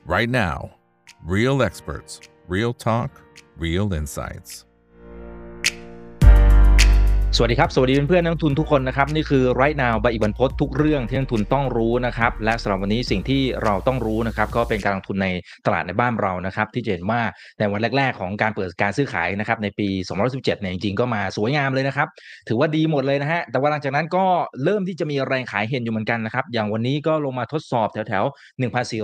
right now. Real experts, real talk, real insights. สวัสดีครับสวัสดีเพื่อนๆนักลงทุนทุกคนนะครับนี่คือ Right Now by อีกบรรพตทุกเรื่องที่นักลงทุนต้องรู้นะครับและสำหรับวันนี้สิ่งที่เราต้องรู้นะครับก็เป็นการลงทุนในตลาดในบ้านเรานะครับที่จะเห็นว่าในวันแรกๆของการเปิดการซื้อขายนะครับในปี2017เนี่ยจริงๆก็มาสวยงามเลยนะครับถือว่าดีหมดเลยนะฮะแต่ว่าหลังจากนั้นก็เริ่มที่จะมีแรงขายเห็นอยู่เหมือนกันนะครับอย่างวันนี้ก็ลงมาทดสอบแถวๆ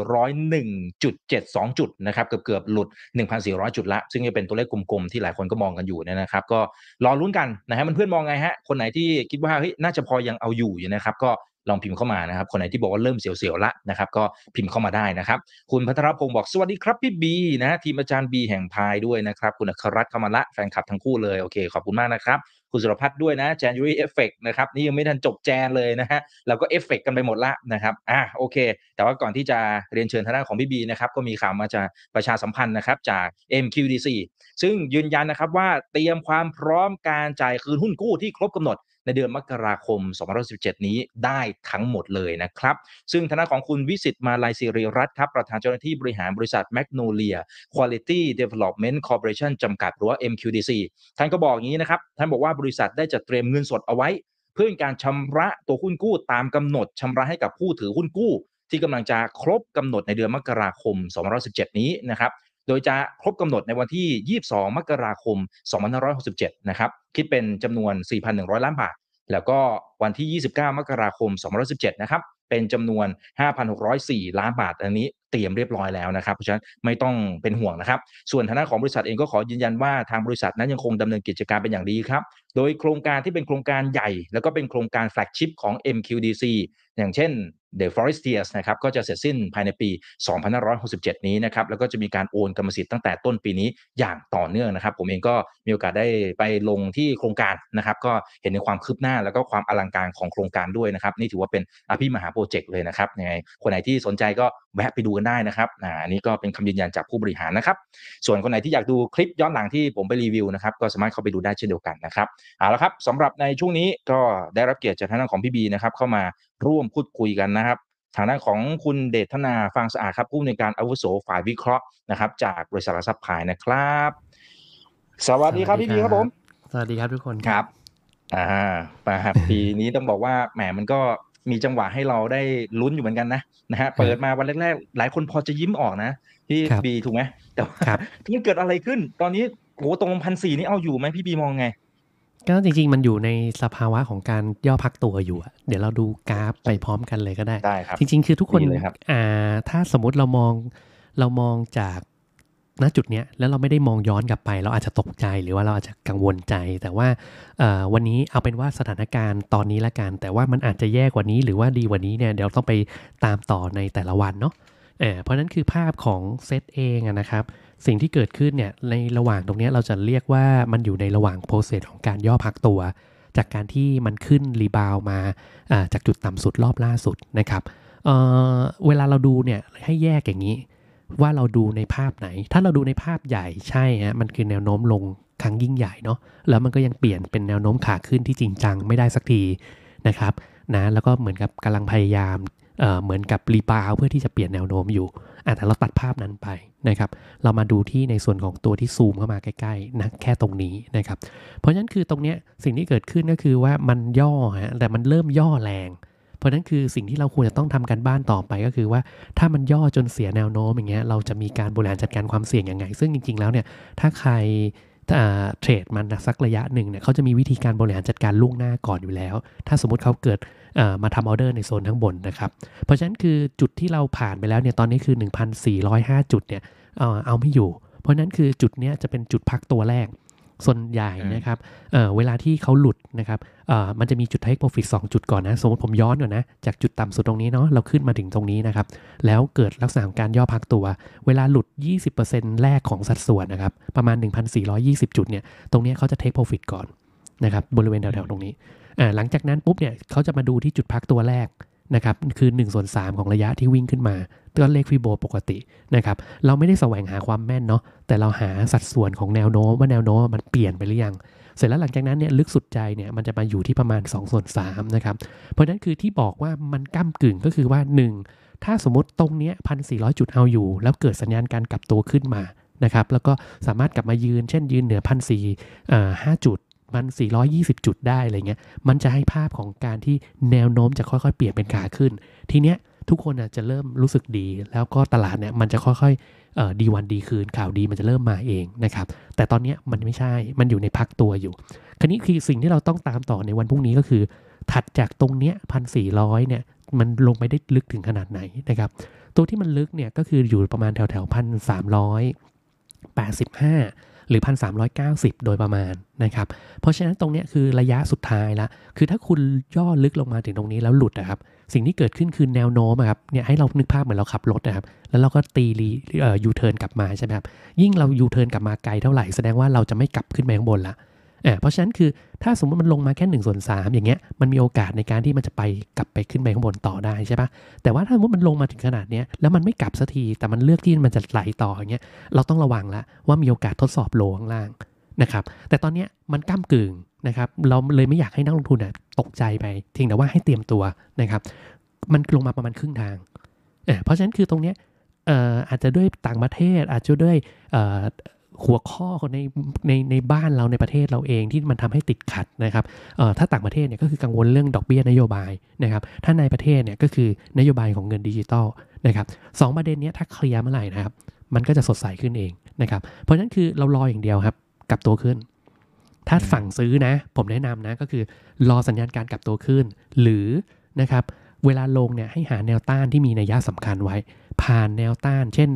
1,401.72 จุดนะครับเกือบหลุด 1,400 จุดละซึ่งจะเป็นตัวเลขกลมๆที่หลายคนก็มองกันอยู่นะครับก็รอลุ้นกันนะฮะเพื่อนๆมองไงฮะคนไหนที่คิดว่าเฮ้ยน่าจะพอยังเอาอยู่นะครับก็ลองพิมพ์เข้ามานะครับคนไหนที่บอกว่าเริ่มเสียวๆละนะครับก็พิมพ์เข้ามาได้นะครับคุณพัทรพงศ์บอกสวัสดีครับพี่บีนะฮะทีมอาจารย์บีแห่งพายด้วยนะครับคุณอัครรัตน์เข้ามาละแฟนคลับทั้งคู่เลยโอเคขอบคุณมากนะครับคุณสุรพัฒน์ด้วยนะ January Effect นะครับนี่ยังไม่ทันจบแจนเลยนะฮะเราก็เอฟเฟกต์กันไปหมดละนะครับโอเคแต่ว่าก่อนที่จะเรียนเชิญทางด้านของพี่บีนะครับก็มีข่าวมาจากประชาสัมพันธ์นะครับจาก MQDC ซึ่งยืนยันนะครับว่าเตรียมความพร้อมการจ่ายคืนหุ้นกู้ที่ครบกำหนดในเดือนมกราคม2017นี้ได้ทั้งหมดเลยนะครับซึ่งทางด้านของคุณวิสิทธิ์มาลัยศิริรัตน์ครับประธานเจ้าหน้าที่บริหารบริษัท Magnolia Quality Development Corporation จำกัดหรือว่า MQDC ท่านก็บอกอย่างนี้นะครับท่านบอกว่าบริษัทได้จัดเตรียมเงินสดเอาไว้เพื่อการชำระตัวหุ้นกู้ตามกำหนดชำระให้กับผู้ถือหุ้นกู้ที่กำลังจะครบกำหนดในเดือนมกราคม2017นี้นะครับโดยจะครบกำหนดในวันที่22มกราคม2567นะครับคิดเป็นจำนวน 4,100 ล้านบาทแล้วก็วันที่29มกราคม2017นะครับเป็นจำนวน 5,604 ล้านบาทอันนี้เตรียมเรียบร้อยแล้วนะครับเพราะฉะนั้นไม่ต้องเป็นห่วงนะครับส่วนทางด้านของบริษัทเองก็ขอยืนยันว่าทางบริษัทนั้นยังคงดำเนินกิจการเป็นอย่างดีครับโดยโครงการที่เป็นโครงการใหญ่แล้วก็เป็นโครงการแฟลกชิพของ MQDC อย่างเช่น The Forestiers นะครับก็จะเสร็จสิ้นภายในปี2567นี้นะครับแล้วก็จะมีการโอนกรรมสิทธิ์ตั้งแต่ต้นปีนี้อย่างต่อเนื่องนะครับผมเองก็มีโอกาสได้ไปลงที่โครงการนะครับก็เห็นในความคืบหน้าแล้วก็ความอลังการของโครงการด้วยนะครับนี่ถือว่าเป็นอภิมหาโปรเจกต์เลยนะครับยังไงคนไหนที่สนใจก็แวะไปดูกันได้นะครับอันนี้ก็เป็นคำยืนยันจากผู้บริหารนะครับส่วนคนไหนที่อยากดูคลิปย้อนหลังที่ผมไปรีวิวนะครับก็สามารถเข้าไปดูได้เช่นเดียวกันนะครับเอาละครับสำหรับในช่วงนี้ก็ได้รับเกียรติจากทางด้านของพี่บีนะครับเข้ามาร่วมพูดคุยกันนะครับทางด้านของคุณเดชธนาฟางสะอาดครับผู้อำนวยการอาวุโสฝ่ายวิเคราะห์นะครับจากบริษัทหลักทรัพย์พายนะครับสวัสดีครับพี่บีครับผมสวัสดีครับทุกคนครับปีนี้ต้องบอกว่าแหมมันก็มีจังหวะให้เราได้ลุ้นอยู่เหมือนกันนะฮะเปิดมาวันแรกๆหลายคนพอจะยิ้มออกนะพี่บีถูกไหมแต่ว่ามันเกิดอะไรขึ้นตอนนี้โหตรง 1,400 นี่เอาอยู่ไหมพี่บีมองไงก็จริงๆมันอยู่ในสภาวะของการย่อพักตัวอยู่เดี๋ยวเราดูกราฟไปพร้อมกันเลยก็ได้ครับจริงๆคือทุกคนถ้าสมมติเรามองจากณจุดเนี้ยแล้วเราไม่ได้มองย้อนกลับไปเราอาจจะตกใจหรือว่าเราอาจจะกังวลใจแต่ว่าวันนี้เอาเป็นว่าสถานการณ์ตอนนี้ละกันแต่ว่ามันอาจจะแย่กว่านี้หรือว่าดีกว่านี้เนี่ยเดี๋ยวต้องไปตามต่อในแต่ละวันเนาะเพราะนั้นคือภาพของเซตเองนะครับสิ่งที่เกิดขึ้นเนี่ยในระหว่างตรงนี้เราจะเรียกว่ามันอยู่ในระหว่างโปรเซสของการย่อพักตัวจากการที่มันขึ้นรีบาวมาจากจุดต่ำสุดรอบล่าสุดนะครับเวลาเราดูเนี่ยให้แยกอย่างนี้ว่าเราดูในภาพไหนถ้าเราดูในภาพใหญ่ใช่ฮะมันคือแนวโน้มลงครั้งยิ่งใหญ่เนาะแล้วมันก็ยังเปลี่ยนเป็นแนวโน้มขาขึ้นที่จริงจังไม่ได้สักทีนะครับนะแล้วก็เหมือนกับกำลังพยายามเหมือนกับรีบาวเพื่อที่จะเปลี่ยนแนวโน้มอยู่แต่เราตัดภาพนั้นไปนะครับเรามาดูที่ในส่วนของตัวที่ซูมเข้ามาใกล้ๆนะแค่ตรงนี้นะครับเพราะฉะนั้นคือตรงเนี้ยสิ่งที่เกิดขึ้นก็คือว่ามันย่อฮะแต่มันเริ่มย่อแรงเพราะนั้นคือสิ่งที่เราควรจะต้องทำกันบ้านต่อไปก็คือว่าถ้ามันย่อจนเสียแนวโน้มอย่างเงี้ยเราจะมีการบริหารจัดการความเสี่ยงยังไงซึ่งจริงๆแล้วเนี่ยถ้าใครเทรดมันสักระยะหนึ่งเนี่ยเขาจะมีวิธีการบริหารจัดการล่วงหน้าก่อนอยู่แล้วถ้าสมมติเขาเกิดมาทำออเดอร์ในโซนข้างบนนะครับเพราะฉะนั้นคือจุดที่เราผ่านไปแล้วเนี่ยตอนนี้คือ 1,405 จุดเนี่ยเอาไม่อยู่เพราะนั้นคือจุดเนี้ยจะเป็นจุดพักตัวแรกส่วนใหญ่นะครับเวลาที่เขาหลุดนะครับมันจะมีจุด take profit 2 จุดก่อนนะสมมติผมย้อนก่อนนะจากจุดต่ำสุดตรงนี้เนาะเราขึ้นมาถึงตรงนี้นะครับแล้วเกิดลักษณะของการย่อพักตัวเวลาหลุด 20% แรกของสัดส่วนนะครับประมาณ 1,420 จุดเนี่ยตรงนี้เขาจะ take profit ก่อนนะครับบริเวณแถวๆตรงนี้หลังจากนั้นปุ๊บเนี่ยเขาจะมาดูที่จุดพักตัวแรกนะครับคือ 1/3 ของระยะที่วิ่งขึ้นมาตัวเลขฟิโบปกตินะครับเราไม่ได้แสวงหาความแม่นเนาะแต่เราหาสัดส่วนของแนวโน้มว่าแนวโน้มมันเปลี่ยนไปหรือยังเสร็จแล้วหลังจากนั้นเนี่ยลึกสุดใจเนี่ยมันจะมาอยู่ที่ประมาณ 2/3 นะครับเพราะนั้นคือที่บอกว่ามันก้ำกึ่งก็คือว่าถ้าสมมติตรงเนี้ย 1,400 จุดเอาอยู่แล้วเกิดสัญญาณการกลับตัวขึ้นมานะครับแล้วก็สามารถกลับมายืนเช่นยืนเหนือ 1,405 จุด 1,420 จุดได้อะไรเงี้ยมันจะให้ภาพของการที่แนวโน้มจะค่อยๆเปลี่ยนเป็นขาขึ้นทีเนี้ยทุกคนจะเริ่มรู้สึกดีแล้วก็ตลาดเนี่ยมันจะค่อยๆดีวันดีคืนข่าวดีมันจะเริ่มมาเองนะครับแต่ตอนนี้มันไม่ใช่มันอยู่ในพักตัวอยู่คราวนี้คือสิ่งที่เราต้องตามต่อในวันพรุ่งนี้ก็คือถัดจากตรงเนี้ย 1,400 เนี่ยมันลงไปได้ลึกถึงขนาดไหนนะครับตัวที่มันลึกเนี่ยก็คืออยู่ประมาณแถวๆ 1,385 หรือ 1,390 โดยประมาณนะครับเพราะฉะนั้นตรงนี้คือระยะสุดท้ายละคือถ้าคุณย่อลึกลงมาถึงตรงนี้แล้วหลุดนะครับสิ่งที่เกิดขึ้นคือแนวโน้มครับเนี่ยให้เรานึกภาพเหมือนเราขับรถนะครับแล้วเราก็ตียูเทิร์นกลับมาใช่ไหมครับยิ่งเรายูเทิร์นกลับมาไกลเท่าไหร่แสดงว่าเราจะไม่กลับขึ้นไปข้างบนละเพราะฉะนั้นคือถ้าสมมติมันลงมาแค่1/3อย่างเงี้ยมันมีโอกาสในการที่มันจะไปกลับไปขึ้นไปข้างบนต่อได้ใช่ปะแต่ว่าถ้าสมมติมันลงมาถึงขนาดเนี้ยแล้วมันไม่กลับสักทีแต่มันเลือกที่มันจะไหลต่ออย่างเงี้ยเราต้องระวังละว่ามีโอกาสทดสอบโลข้างล่างนะครับแต่ตอนนี้มันก้ำกึ่งนะครับเราเลยไม่อยากให้นักลงทุนตกใจไปเพียงแต่ว่าให้เตรียมตัวนะครับมันลงมาประมาณครึ่งทางเพราะฉะนั้นคือตรงนี้อาจจะด้วยต่างประเทศอาจจะด้วยหัวข้อในบ้านเราในประเทศเราเองที่มันทำให้ติดขัดนะครับถ้าต่างประเทศเนี่ยก็คือกังวลเรื่องดอกเบี้ยนโยบายนะครับถ้าในประเทศเนี่ยก็คือนโยบายของเงินดิจิตอลนะครับสองประเด็นนี้ถ้าเคลียร์เมื่อไหร่นะครับมันก็จะสดใสขึ้นเองนะครับเพราะฉะนั้นคือเรารออย่างเดียวครับกลับตัวขึ้นถ้าฝั่งซื้อนะผมแนะนำนะก็คือรอสัญญาณการกลับตัวขึ้นหรือนะครับเวลาลงเนี่ยให้หาแนวต้านที่มีนัยยะสำคัญไว้ผ่านแนวต้านเช่น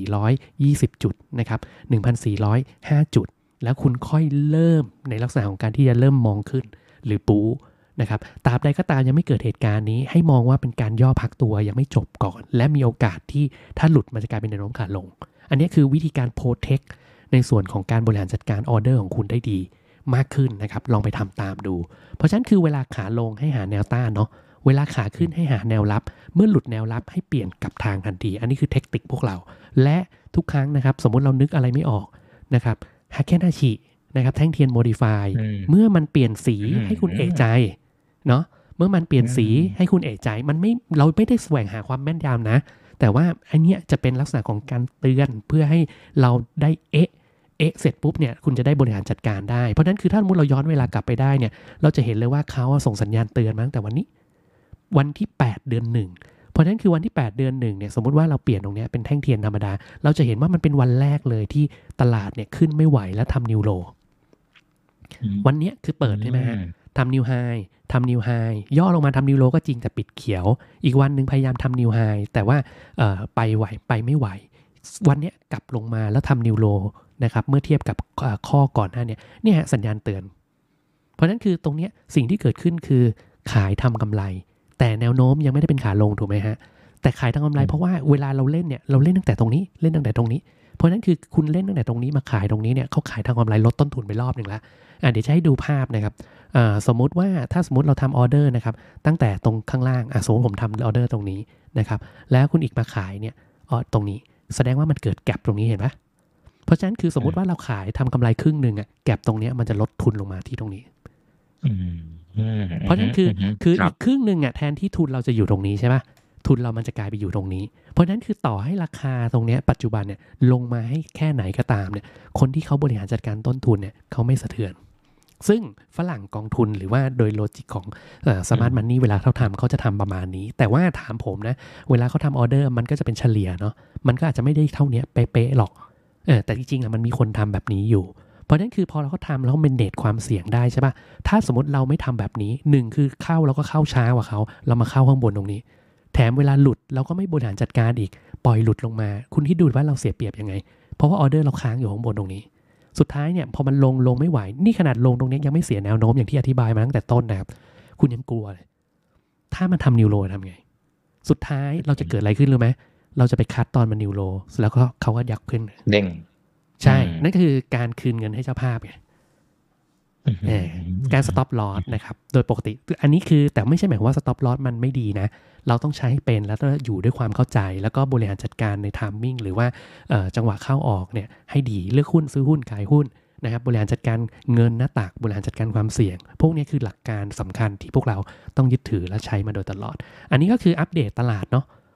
1,420 จุดนะครับ 1,405 จุดแล้วคุณค่อยเริ่มในลักษณะของการที่จะเริ่มมองขึ้นหรือปูนะครับตราบใดก็ตามยังไม่เกิดเหตุการณ์นี้ให้มองว่าเป็นการย่อพักตัวยังไม่จบก่อนและมีโอกาสที่ถ้าหลุดมันจะกลายเป็นแนวโน้มขาลงอันนี้คือวิธีการโปรเทคในส่วนของการบริหารจัดการออเดอร์ของคุณได้ดีมากขึ้นนะครับลองไปทำตามดูเพราะฉะนั้นคือเวลาขาลงให้หาแนวต้านเนาะเวลาขาขึ้นให้หาแนวรับเมื่อหลุดแนวรับให้เปลี่ยนกลับทางทันทีอันนี้คือเทคนิคพวกเราและทุกครั้งนะครับสมมุติเรานึกอะไรไม่ออกนะครับฮาเคนฮาชินะครับแท่งเทียนโมดิฟายเมื่อมันเปลี่ยนสีให้คุณเอะใจเนาะเมื่อมันเปลี่ยนสีให้คุณเอะใจมันไม่เราไม่ได้แสวงหาความแม่นยำนะแต่ว่าอันเนี้ยจะเป็นลักษณะของการเตือนเพื่อให้เราได้เสร็จปุ๊บเนี่ยคุณจะได้บริหารจัดการได้เพราะนั้นคือถ้าสมมติเราย้อนเวลากลับไปได้เนี่ยเราจะเห็นเลยว่าเขาส่งสัญญาณเตือนมาตั้งแต่วันที่8 เดือน 1เพราะนั้นคือวันที่8 เดือน 1เนี่ยสมมติว่าเราเปลี่ยนตรงนี้เป็นแท่งเทียนธรรมดาเราจะเห็นว่ามันเป็นวันแรกเลยที่ตลาดเนี่ยขึ้นไม่ไหวแล้วทำนิวโลวันนี้คือเปิดใช่ไหมฮะทำนิวไฮย่อลงมาทำนิวโลก็จริงแต่ปิดเขียวอีกวันหนึ่งพยายามทำนิวไฮแต่ว่าไปไหวไปไม่ไหววันนี้กลับลงมาแล้วทำนิวโลนะครับเมื่อเทียบกับข้อก่อนหน้าเนี่ยสัญญาณเตือนเพราะนั้นคือตรงนี้สิ่งที่เกิดขึ้นคือขายทำกำไรแต่แนวโน้มยังไม่ได้เป็นขาลงถูกไหมฮะแต่ขายทางกำไรเพราะว่าเวลาเราเล่นเนี่ยเราเล่นตั้งแต่ตรงนี้เล่นตั้งแต่ตรงนี้เพราะนั้นคือคุณเล่นตั้งแต่ตรงนี้มาขายตรงนี้เนี่ยเขาขายทางกำไรลดต้นทุนไปรอบหนึ่งแล้วเดี๋ยวจะให้ดูภาพนะครับสมมุติว่าถ้าสมมติเราทำออเดอร์นะครับตั้งแต่ตรงข้างล่างสมมติผมทำออเดอร์ตรงนี้นะครับแล้วคุณอีกมาขายเนี่ยตรงนี้แสดงว่ามันเกิดแก็ปตรงนี้เห็นไหมเพราะฉะนั้นคือสมมติว่าเราขายทำกำไรครึ่งหนึ่งแก็ปตรงนี้มันจะลดทุนลงมาที่ตรงนี้เพราะฉะนั้นคืออีกครึ่งหนึ่งแทนที่ทุนเราจะอยู่ตรงนี้ใช่ป่ะทุนเรามันจะกลายไปอยู่ตรงนี้เพราะฉะนั้นคือต่อให้ราคาตรงนี้ปัจจุบันเนี่ยลงมาให้แค่ไหนก็ตามเนี่ยคนที่เขาบริหารจัดการต้นทุนเนี่ยเขาไม่สะเทือนซึ่งฝรั่งกองทุนหรือว่าโดยโลจิกของสมาร์ทมันนี่เวลาเขาทำเขาจะทำประมาณนี้แต่ว่าถามผมนะเวลาเขาทำออเดอร์มันก็จะเป็นเฉลี่ยเนาะมันก็อาจจะไม่ได้เท่านี้เป๊ะๆหรอกแต่จริงๆมันมีคนทำแบบนี้อยู่เพราะนั้นคือพอเราเขาทำแล้วเมนเนจความเสี่ยงได้ใช่ป่ะถ้าสมมติเราไม่ทำแบบนี้1คือเข้าเราก็เข้าช้ากว่าเขาเรามาเข้าข้างบนตรงนี้แถมเวลาหลุดเราก็ไม่บริหารจัดการอีกปล่อยหลุดลงมาคุณคิดดูว่าเราเสียเปรียบยังไงเพราะว่าออเดอร์เราค้างอยู่ข้างบนตรงนี้สุดท้ายเนี่ยพอมันลงไม่ไหวนี่ขนาดลงตรงนี้ยังไม่เสียแนวโน้มอย่างที่อธิบายมาตั้งแต่ต้นนะครับคุณยังกลัวเลยถ้ามันทำนิวโรทำไงสุดท้ายเราจะเกิดอะไรขึ้นรู้ไหมเราจะไปคัดตอนมันนิวโรแล้วก็เขาก็ยักขึ้นเด้งใช่นั่นคือการคืนเงินให้เจ้าภาพไงการสต็อปลอสนะครับโดยปกติอันนี้คือแต่ไม่ใช่หมายความว่าสต็อปลอสมันไม่ดีนะเราต้องใช้ให้เป็นแล้วก็อยู่ด้วยความเข้าใจแล้วก็บริหารจัดการในไทมิ่งหรือว่าจังหวะเข้าออกเนี่ยให้ดีเลือกหุ้นซื้อหุ้นขายหุ้นนะครับบริหารจัดการเงินหน้าตักบริหารจัดการความเสี่ยงพวกนี้คือหลักการสำคัญที่พวกเราต้องยึดถือและใช้มาโดยตลอดอันนี้ก็คืออัปเดตตลาดเนาะ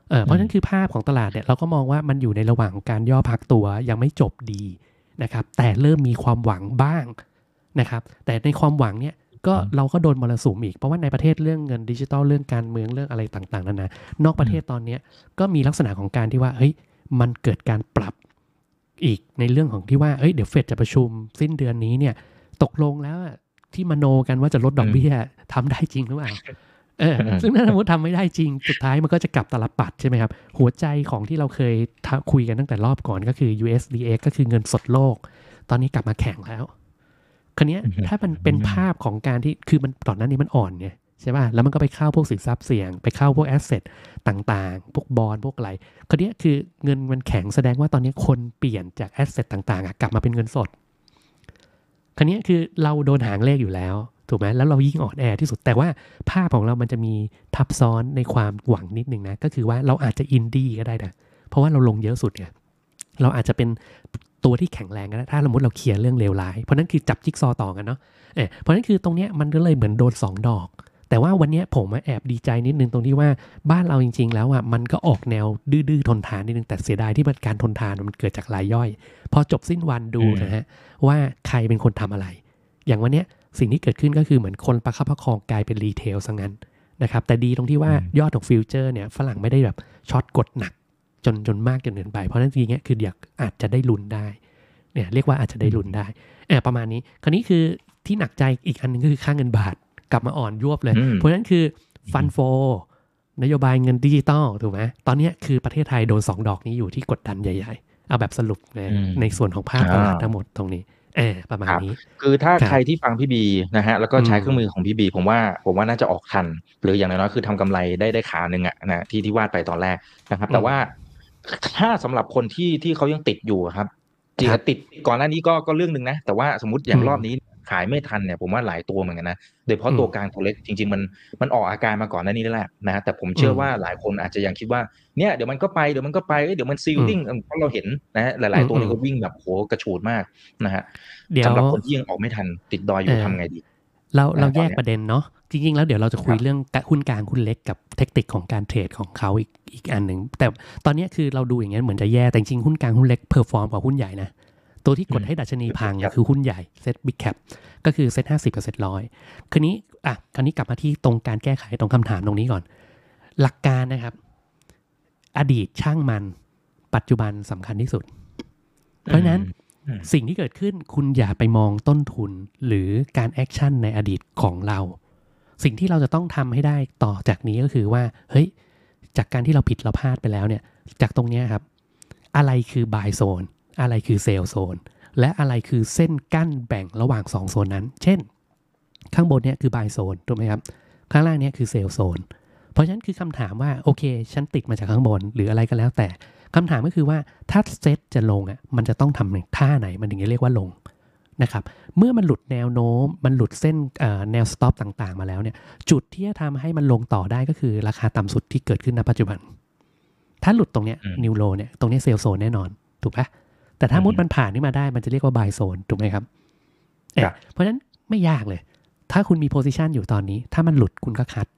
เพราะฉะนั้นคือภาพของตลาดเนี่ยเราก็มองว่ามันอยู่ในระหว่างของการย่อพักตัวยังไม่จบดีนะครับแต่เริ่มมีความหวังบ้างนะครับแต่ในความหวังเนี่ยก็เราก็โดนมรสุมอีกเพราะว่าในประเทศเรื่องเงินดิจิทัลเรื่องการเมืองเรื่องอะไรต่างๆนนอกประเทศตอนนี้ก็มีลักษณะของการที่ว่าเฮ้ยมันเกิดการปรับอีกในเรื่องของที่ว่าเดี๋ยวเฟดจะประชุมสิ้นเดือนนี้เนี่ยตกลงแล้วที่มโนกันว่าจะลดดอกเบี้ยทำได้จริงหรือเปล่าซึ่งถ้าสมมติทำไม่ได้จริงสุดท้ายมันก็จะกลับตลปัดใช่ไหมครับหัวใจของที่เราเคยคุยกันตั้งแต่รอบก่อนก็คือ USDX ก็คือเงินสดโลกตอนนี้กลับมาแข็งแล้วคราวนี้ถ้ามันเป็นภาพของการที่คือมันตอนนั้นนี้มันอ่อนไงใช่ป่ะแล้วมันก็ไปเข้าพวกสินทรัพย์เสี่ยงไปเข้าพวกแอสเซทต่างๆพวกบอนด์พวกอะไรคราวนี้คือเงินมันแข็งแสดงว่าตอนนี้คนเปลี่ยนจากแอสเซทต่างๆกลับมาเป็นเงินสดคราวนี้คือเราโดนหางเลขอยู่แล้วถูกไหมแล้วเรายิ่งอ่อนแอที่สุดแต่ว่าภาพของเรามันจะมีทับซ้อนในความหวังนิดนึงนะก็คือว่าเราอาจจะอินดี้ก็ได้นะเพราะว่าเราลงเยอะสุดไงเราอาจจะเป็นตัวที่แข็งแรงก็ได้ถ้าสมมติเราเคลียร์เรื่องเลวร้ายเพราะนั้นคือจับจิ๊กซอต่อกันเนาะเพราะนั้นคือตรงเนี้ยมันก็เลยเหมือนโดน2 ดอกแต่ว่าวันนี้ผมแอบดีใจนิดนึงตรงที่ว่าบ้านเราจริงๆแล้วมันก็ออกแนวดื้อๆทนทานนิดนึงแต่เสียดายที่การทนทานมันเกิดจากรายย่อยพอจบสิ้นวันดูนะฮะว่าใครเป็นคนทำอะไรอย่างวันเนี้ยสิ่งที่เกิดขึ้นก็คือเหมือนคนประคับประคองกลายเป็นรีเทลซะงั้นนะครับแต่ดีตรงที่ว่ายอดของฟิวเจอร์เนี่ยฝรั่งไม่ได้แบบช็อตกดหนักจนมากจนเกินไปเพราะนั้นทีเนี้ยคืออาจจะได้ลุ้นได้เนี่ยเรียกว่าอาจจะได้ลุ้นได้ประมาณนี้คราวนี้คือที่หนักใจอีกอันนึงก็คือค่าเงินบาทกลับมาอ่อนยวบเลยเพราะนั้นคือฟันโฟนโยบายเงินดิจิตอลถูกไหมตอนนี้คือประเทศไทยโดน2 ดอกนี้อยู่ที่กดดันใหญ่ๆเอาแบบสรุปในส่วนของภาพตลาดทั้งหมดตรงนี้ประมาณนี้คือถ้าใครที่ฟังพี่บีนะฮะแล้วก็ใช้เครื่องมือของพี่บีผมว่าน่าจะออกทันหรืออย่างน้อยๆคือทำกำไรได้ขาหนึ่งนะที่วาดไปตอนแรกนะครับแต่ว่าถ้าสำหรับคนที่เขายังติดอยู่ครับจริงติดก่อนหน้านี้ก็เรื่องนึงนะแต่ว่าสมมติอย่างรอบนี้ขายไม่ทันเนี่ยผมว่าหลายตัวเหมือนกันนะโดยเฉพาะตัวกลางตัวเล็กจริงๆมันออกอาการมาก่อนหน้านี้แล้วแหละนะแต่ผมเชื่อว่าหลายคนอาจจะยังคิดว่าเนี่ยเดี๋ยวมันก็ไปเดี๋ยวมันซีลลิ่งเพราะเราเห็นนะหลายๆตัวนี่ก็วิ่งแบบโหกระฉูดมากนะฮะสำหรับคนที่ยังออกไม่ทันติดดอยอยู่ทำไงดีเราแยกประเด็นเนาะจริงๆแล้วเดี๋ยวเราจะคุยเรื่องหุ้นกลางหุ้นเล็กกับเทคนิคของการเทรดของเขาอีกอันหนึ่งแต่ตอนนี้คือเราดูอย่างนี้เหมือนจะแย่แต่จริงๆหุ้นกลางหุ้นเล็กเพอร์ฟอร์มกว่าหุ้นใหญ่นะตัวที่กดให้ดัชนีพังคือหุ้นใหญ่เซ็ตบิ๊กแคปก็คือเซ็ต50กับเซ็ต100คราวนี้กลับมาที่ตรงการแก้ไขตรงคำถามตรงนี้ก่อนหลักการนะครับอดีตช่างมันปัจจุบันสำคัญที่สุดเพราะฉะนั้นสิ่งที่เกิดขึ้นคุณอย่าไปมองต้นทุนหรือการแอคชั่นในอดีตของเราสิ่งที่เราจะต้องทำให้ได้ต่อจากนี้ก็คือว่าเฮ้ยจากการที่เราผิดเราพลาดไปแล้วเนี่ยจากตรงนี้ครับอะไรคือ buy zone อะไรคือ sell zone และอะไรคือเส้นกั้นแบ่งระหว่าง2โซนนั้นเช่นข้างบนเนี่ยคือ buy zone ถูกไหมครับข้างล่างเนี่ยคือ sell zone เพราะฉะนั้นคือคำถามว่าโอเคฉันติดมาจากข้างบนหรืออะไรก็แล้วแต่คำถามก็คือว่าถ้าเซตจะลงมันจะต้องทำท่าไหนมันถึงจะเรียกว่าลงนะครับเมื่อมันหลุดแนวโน้มมันหลุดเส้นแนวสต็อปต่างๆมาแล้วเนี่ยจุดที่จะทำให้มันลงต่อได้ก็คือราคาต่ำสุดที่เกิดขึ้นณปัจจุบันถ้าหลุดตรงเนี้ยนิวโลเนี่ยตรงนี้เซลโซนแน่นอนถูกปะแต่ถ้ามุดมันผ่านขึ้นมาได้มันจะเรียกว่าบายโซนถูกไหมครับเพราะฉะนั้นไม่ยากเลยถ้าคุณมีโพซิชันอยู่ตอนนี้ถ้ามันหลุดคุณก็คัด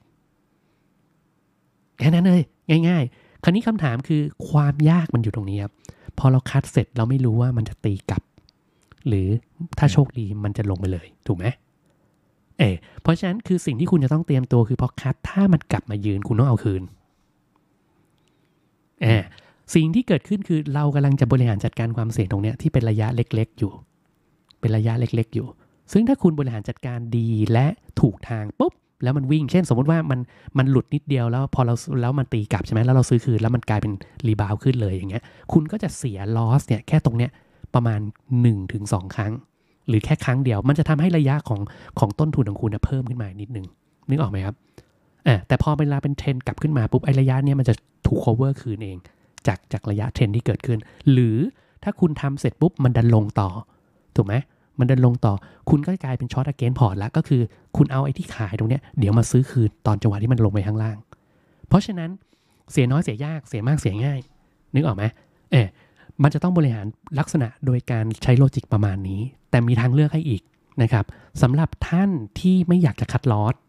แค่นั้นเลยง่ายๆคราวนี้คำถามคือความยากมันอยู่ตรงนี้ครับพอเราคัดเสร็จเราไม่รู้ว่ามันจะตีกลับหรือถ้าโชคดีมันจะลงไปเลยถูกไหมเพราะฉะนั้นคือสิ่งที่คุณจะต้องเตรียมตัวคือพอคัดถ้ามันกลับมายืนคุณต้องเอาคืนสิ่งที่เกิดขึ้นคือเรากำลังจะบริหารจัดการความเสี่ยงตรงนี้ที่เป็นระยะเล็กๆอยู่เป็นระยะเล็กๆอยู่ซึ่งถ้าคุณบริหารจัดการดีและถูกทางปุ๊บแล้วมันวิ่งเช่นสมมติว่ามันหลุดนิดเดียวแล้วพอเราแล้วมันตีกลับใช่ไหมแล้วเราซื้อคืนแล้วมันกลายเป็นรีบาวขึ้นเลยอย่างเงี้ยคุณก็จะเสียลอสเนี่ยแค่ตรงเนี้ยประมาณ 1-2 ครั้งหรือแค่ครั้งเดียวมันจะทำให้ระยะของต้นทุนของคุณเพิ่มขึ้นมานิดนึงนึกออกไหมครับแต่พอเวลาเป็นเทรนกลับขึ้นมาปุ๊บไอ้ระยะเนี้ยมันจะถูก cover คืนเองจากระยะเทรนที่เกิดขึ้นหรือถ้าคุณทำเสร็จปุ๊บมันดันลงต่อถูกไหมมันดันลงต่อคุณก็กลายเป็นช็อตอเกนพอร์ตแล้วก็คือคุณเอาไอ้ที่ขายตรงเนี้ยเดี๋ยวมาซื้อคืนตอนจังหวะที่มันลงไปข้างล่างเพราะฉะนั้นเสียน้อยเสียยากเสียมากเสียง่ายนึกออกไหมมันจะต้องบริหารลักษณะโดยการใช้โลจิกประมาณนี้แต่มีทางเลือกให้อีกนะครับสำหรับท่านที่ไม่อยากจะคัดลอส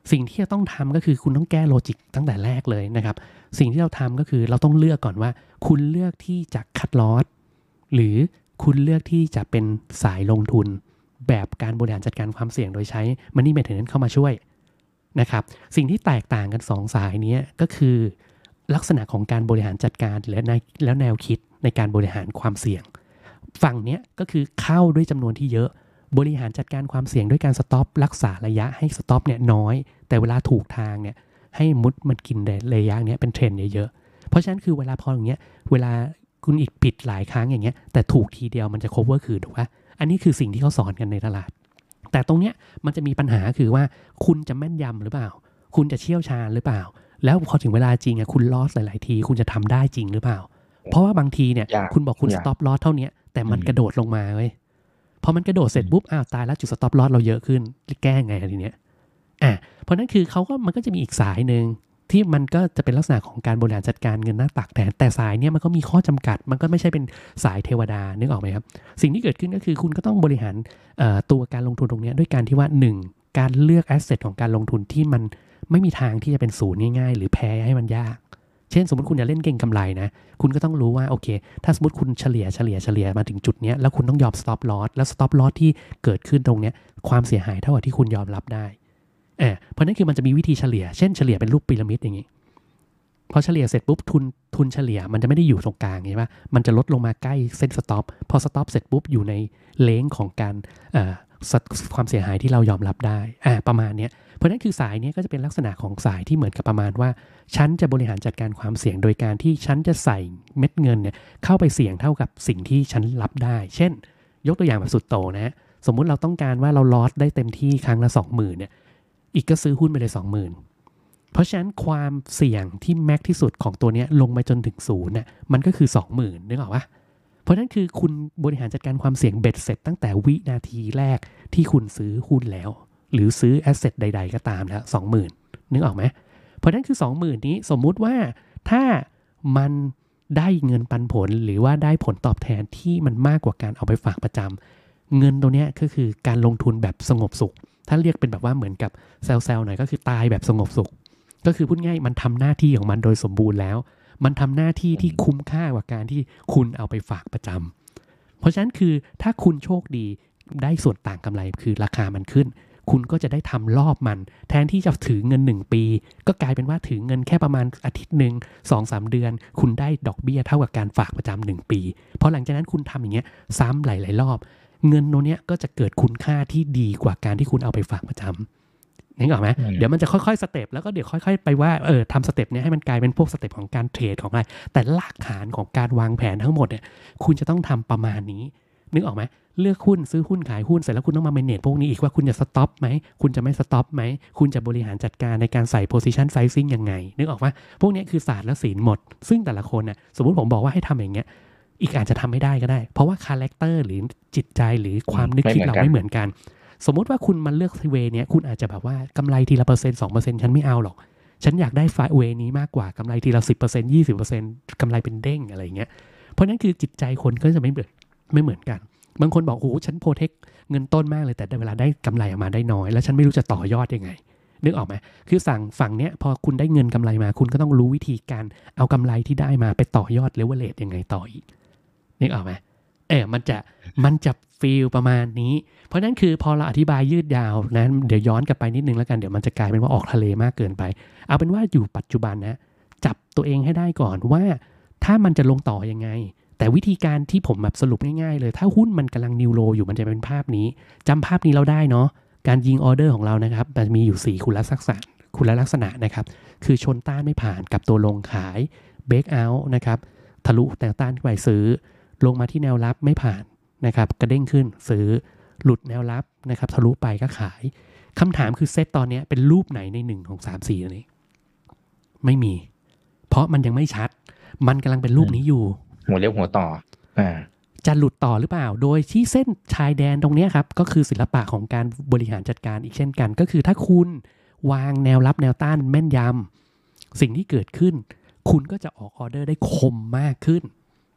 สิ่งที่จะต้องทำก็คือคุณต้องแก้โลจิกตั้งแต่แรกเลยนะครับสิ่งที่เราทำก็คือเราต้องเลือกก่อนว่าคุณเลือกที่จะคัดลอสหรือคุณเลือกที่จะเป็นสายลงทุนแบบการบริหารจัดการความเสี่ยงโดยใช้ Money Maintenance เข้ามาช่วยนะครับสิ่งที่แตกต่างกัน2สายนี้ก็คือลักษณะของการบริหารจัดการและแนวคิดในการบริหารความเสี่ยงฝั่งนี้ก็คือเข้าด้วยจำนวนที่เยอะบริหารจัดการความเสี่ยงด้วยการสต็อปรักษาระยะให้สต็อปเนี่ยน้อยแต่เวลาถูกทางเนี่ยให้มุดมันกินระยะเนี้ยเป็นเทรนด์เยอะๆเพราะฉะนั้นคือเวลาพออย่างเงี้ยเวลาคุณอีกผิดหลายครั้งอย่างเงี้ยแต่ถูกทีเดียวมันจะ cover คืนถูกปะอันนี้คือสิ่งที่เขาสอนกันในตลาดแต่ตรงเนี้ยมันจะมีปัญหาคือว่าคุณจะแม่นยำหรือเปล่าคุณจะเชี่ยวชาญหรือเปล่าแล้วพอถึงเวลาจริงคุณลอสหลายๆทีคุณจะทำได้จริงหรือเปล่าเพราะว่าบางทีเนี่ยคุณบอกคุณ stop loss เท่านี้แต่มันกระโดดลงมาเว้ยพอมันกระโดดเสร็จปุ๊บอ้าวตายแล้วจุด stop loss เราเยอะขึ้นแก้ไงทีเนี้ยเพราะนั้นคือมันก็จะมีอีกสายนึงที่มันก็จะเป็นลักษณะของการบริหารจัดการเงินหน้าตักแทนแต่สายเนี้ยมันก็มีข้อจำกัดมันก็ไม่ใช่เป็นสายเทวดานึกออกไหมครับสิ่งที่เกิดขึ้นก็คือคุณก็ต้องบริหารตัวการลงทุนตรงนี้ด้วยการที่ว่า1การเลือกแอสเซทของการลงทุนที่มันไม่มีทางที่จะเป็นศูนย์ง่ายๆหรือแพ้ให้มันยากเช่นสมมติคุณจะเล่นเก่งกำไรนะคุณก็ต้องรู้ว่าโอเคถ้าสมมติคุณเฉลี่ยมาถึงจุดนี้แล้วคุณต้องยอม stop loss แล้ว stop loss ที่เกิดขึ้นตรงนี้ความเสียหายเท่ากับที่คุณยอมรับได้เพราะนั่นคือมันจะมีวิธีเฉลี่ยเช่นเฉลี่ยเป็นรูปพีระมิดอย่างงี้พอเฉลี่ยเสร็จปุ๊บทุนเฉลี่ยมันจะไม่ได้อยู่ตรงกลางใช่ปะมันจะลดลงมาใกล้เส้น stop พอ stop เสร็จปุ๊บอยู่ในเลนของการความเสียหายที่เรายอมรับได้ประมาณนี้เพราะนั้นคือสายนี้ก็จะเป็นลักษณะของสายที่เหมือนกับประมาณว่าฉันจะบริหารจัดการความเสี่ยงโดยการที่ฉันจะใส่เม็ดเงินเนี่ยเข้าไปเสี่ยงเท่ากับสิ่งที่ฉันรับได้เช่นยกตัวอย่างแบบสุดโต่งนะสมมุติเราต้องการว่าเราลอสได้เต็มที่ครั้งละ 20,000 เนี่ยอีกก็ซื้อหุ้นไปเลย 20,000 เพราะฉะนั้นความเสี่ยงที่แม็กที่สุดของตัวนี้ลงไปจนถึง0เนี่ยมันก็คือ 20,000 นึกออกปะเพราะนั้นคือคุณบริหารจัดการความเสี่ยงเบ็ดเสร็จตั้งแต่วินาทีแรกที่คุณซื้อหุ้นแล้วหรือซื้อแอสเซทใดๆก็ตามแล้ว 20,000 นึกออกไหมเพราะนั้นคือ 20,000 นี้สมมุติว่าถ้ามันได้เงินปันผลหรือว่าได้ผลตอบแทนที่มันมากกว่าการเอาไปฝากประจำเงินตัวนี้ก็คือการลงทุนแบบสงบสุขถ้าเรียกเป็นแบบว่าเหมือนกับเซลล์หน่อยก็คือตายแบบสงบสุขก็คือพูดง่ายมันทำหน้าที่ของมันโดยสมบูรณ์แล้วมันทำหน้าที่ที่คุ้มค่ากว่าการที่คุณเอาไปฝากประจำเพราะฉะนั้นคือถ้าคุณโชคดีได้ส่วนต่างกำไรคือราคามันขึ้นคุณก็จะได้ทำรอบมันแทนที่จะถือเงิน1ปีก็กลายเป็นว่าถือเงินแค่ประมาณอาทิตย์นึง 2-3 เดือนคุณได้ดอกเบี้ยเท่ากับการฝากประจำ1ปีเพราะหลังจากนั้นคุณทำอย่างเงี้ยซ้ำหลายๆรอบเงินโนเนี้ยก็จะเกิดคุณค่าที่ดีกว่าการที่คุณเอาไปฝากประจำนึกออกไหมเดี๋ยวมันจะค่อยๆสเต็ปแล้วก็เดี๋ยวค่อยๆไปว่าทำสเต็ปเนี้ยให้มันกลายเป็นพวกสเต็ปของการเทรดของอะไรแต่รากฐานของการวางแผนทั้งหมดเนี่ยคุณจะต้องทำประมาณนี้นึกออกไหมเลือกหุ้นซื้อหุ้นขายหุ้นเสร็จแล้วคุณต้องมา manage พวกนี้อีกว่าคุณจะสต็อปไหมคุณจะไม่สต็อปไหมคุณจะบริหารจัดการในการใส่ position sizing ยังไงนึกออกว่าพวกนี้คือศาสตร์และศิลป์หมดซึ่งแต่ละคนน่ะสมมุติผมบอกว่าให้ทำอย่างเงี้ยอีกอาจจะทำไม่ได้ก็ได้เพราะว่าคาแรคเตอร์หรือจิตใจหรือความนึกคิดเราไม่เหมือนกันสมมติว่าคุณมาเลือกเวเนี้ยคุณอาจจะแบบว่ากำไรทีละ%, 2% ฉันไม่เอาหรอกฉันอยากได้เวนี้มากกว่ากำไรทีละ 10% 20% กำไรเป็นเด้งอะไรเงี้ยเพราะนั้นคือจิตใจคนก็จะไม่เหมือนกันบางคนบอกโอ้ฉันโปรเทคเงินต้นมากเลยแต่เวลาได้กำไรออกมาได้น้อยแล้วฉันไม่รู้จะต่อยอดยังไงนึกออกไหมคือฝั่งเนี้ยพอคุณได้เงินกำไรมาคุณก็ต้องรู้วิธีการเอากำไรที่ได้มาไปต่อยอดเลเวลเลทยังไงต่ออีกนึกออกไหมมันจะฟีลประมาณนี้เพราะนั้นคือพอเราอธิบายยืดยาวนะเดี๋ยวย้อนกลับไปนิดนึงแล้วกันเดี๋ยวมันจะกลายเป็นว่าออกทะเลมากเกินไปเอาเป็นว่าอยู่ปัจจุบันนะจับตัวเองให้ได้ก่อนว่าถ้ามันจะลงต่อยังไงแต่วิธีการที่ผมแบบสรุปง่ายๆเลยถ้าหุ้นมันกำลังนิวโลอยู่มันจะเป็นภาพนี้จำภาพนี้เราได้เนาะการยิงออเดอร์ของเรานะครับมันมีอยู่4คุณลักษณะนะครับคือชนต้านไม่ผ่านกับตัวลงขายเบรกเอาท์นะครับทะลุแนวต้านไปซื้อลงมาที่แนวรับไม่ผ่านนะครับกระเด้งขึ้นซื้อหลุดแนวรับนะครับทะลุไปก็ขายคำถามคือเซตตอนนี้เป็นรูปไหนใน1 2 3 4นี้ไม่มีเพราะมันยังไม่ชัดมันกำลังเป็นรูปนี้อยู่หัวเลี้ยวหัวต่อจะหลุดต่อหรือเปล่าโดยที่เส้นชายแดนตรงนี้ครับก็คือศิลปะของการบริหารจัดการอีกเช่นกันก็คือถ้าคุณวางแนวรับแนวต้านแม่นยำสิ่งที่เกิดขึ้นคุณก็จะออกออเดอร์ได้คมมากขึ้น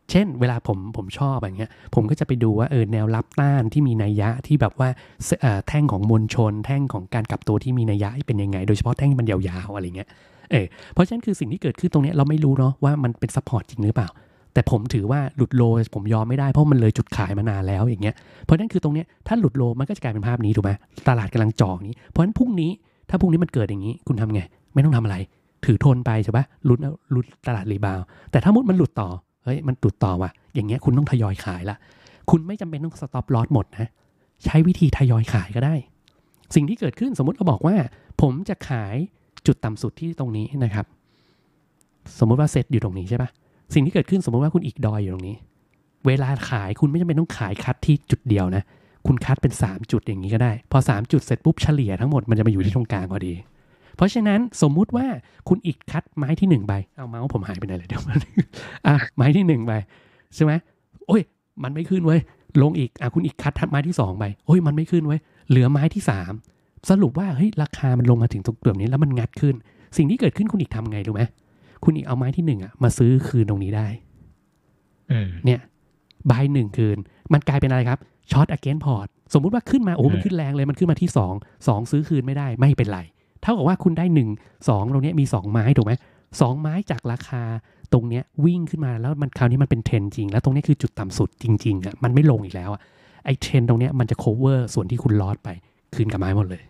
เช่นเวลาผมชอบอย่างเงี้ยผมก็จะไปดูว่าแนวรับต้านที่มีนัยยะที่แบบว่าแท่งของมวลชนแท่งของการกลับตัวที่มีนัยยะเป็นยังไงโดยเฉพาะแท่งมันยาวๆอะไรเงี้ยเพราะฉะนั้นคือสิ่งที่เกิดขึ้นตรงนี้เราไม่รู้เนาะว่ามันเป็นซัพพอร์ตจริงหรือเปล่าแต่ผมถือว่าหลุดโลผมยอมไม่ได้เพราะมันเลยจุดขายมานานแล้วอย่างเงี้ยเพราะฉะนั้นคือตรงนี้ถ้าหลุดโลมันก็จะกลายเป็นภาพนี้ถูกไหมตลาดกำลังจ่อนี้เพราะฉะนั้นพรุ่งนี้ถ้าพรุ่งนี้มันเกิดอย่างนี้คุณทำไงไม่ต้องทำอะไรถือทนไปใช่ปะลุ้นตลาดรีบาวแต่ถ้ามุดมันหลุดต่อเฮ้ยมันหลุดต่อว่ะอย่างเงี้ยคุณต้องทยอยขายละคุณไม่จำเป็นต้องสต็อปลอสหมดนะใช้วิธีทยอยขายก็ได้สิ่งที่เกิดขึ้นสมมติเราบอกว่าผมจะขายจุดต่ำสุดที่ตรงนี้นะครับสมมติว่าเซตอยู่ตรงนี้ใช่ปะสิ่งที่เกิดขึ้นสมมติว่าคุณอีกดอยอยู่ตรงนี้เวลาขายคุณไม่จำเป็นต้องขายคัดที่จุดเดียวนะคุณคัดเป็น3จุดอย่างนี้ก็ได้พอ3จุดเสร็จปุ๊บเฉลี่ยทั้งหมดมันจะมาอยู่ที่ตรงกลางพอดีเพราะฉะนั้นสมมุติว่าคุณอีกคัดไม้ที่1ใบเอาเมาส์ผมหายไปไหนเลยเดี๋ยวมันไม้ที่1ใบใช่ไหมโอ้ยมันไม่ขึ้นเว้ยลงอีกคุณอีกคัดไม้ที่2ใบโอ้ยมันไม่ขึ้นเว้ยเหลือไม้ที่3สรุปว่าเฮ้ยราคามันลงมาถึงตรงเกือบนี้แล้วมันงัดขึ้นสิ่งที่เกิดขึ้นคุณอีกทำไงรู้ไหมคุณอีกเอาไม้ที่1มาซื้อคืนตรงนี้ได้เนี่ยบาย1คืนมันกลายเป็นอะไรครับช็อตอเกนพอร์ตสมมุติว่าขึ้นมาโอ้มันขึ้นแรงเลยมันขึ้นมาที่2ซื้อคืนไม่ได้ไม่เป็นไรเท่ากับว่าคุณได้1 2ตรงนี้มี2ไม้ถูกไหม2ไม้จากราคาตรงนี้วิ่งขึ้นมาแล้วมันคราวนี้มันเป็นเทรนจริงแล้วตรงนี้คือจุดต่ำสุดจริงๆมันไม่ลงอีกแล้วไอ้เทรนตรงนี้มันจะ cover ส่วนที่คุณลอสไปคืนกับไม้หมดเลย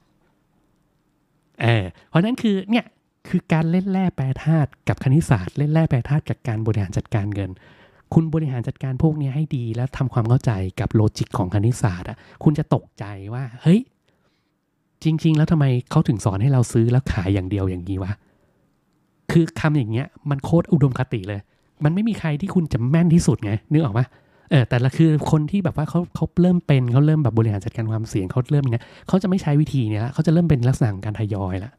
เพราะนั้นคือเนี่ยคือการเล่นแร่แปรธาตุกับคณิตศาสตร์เล่นแร่แปรธาตุกับการบริหารจัดการเงินคุณบริหารจัดการพวกนี้ให้ดีแล้วทำความเข้าใจกับโลจิกของคณิตศาสตร์คุณจะตกใจว่าเฮ้ยจริงๆแล้วทำไมเขาถึงสอนให้เราซื้อแล้วขายอย่างเดียวอย่างนี้วะคือคำอย่างเงี้ยมันโคตรอุดมคติเลยมันไม่มีใครที่คุณจะแม่นที่สุดไงนึกออกปะแต่ละคือคนที่แบบว่าเขาเริ่มเป็นเขาเริ่มแบบบริหารจัดการความเสี่ยงเขาเริ่มอย่างเงี้ยเขาจะไม่ใช้วิธีเนี้ยเขาจะเริ่มเป็นลักษณะของการทยอยละ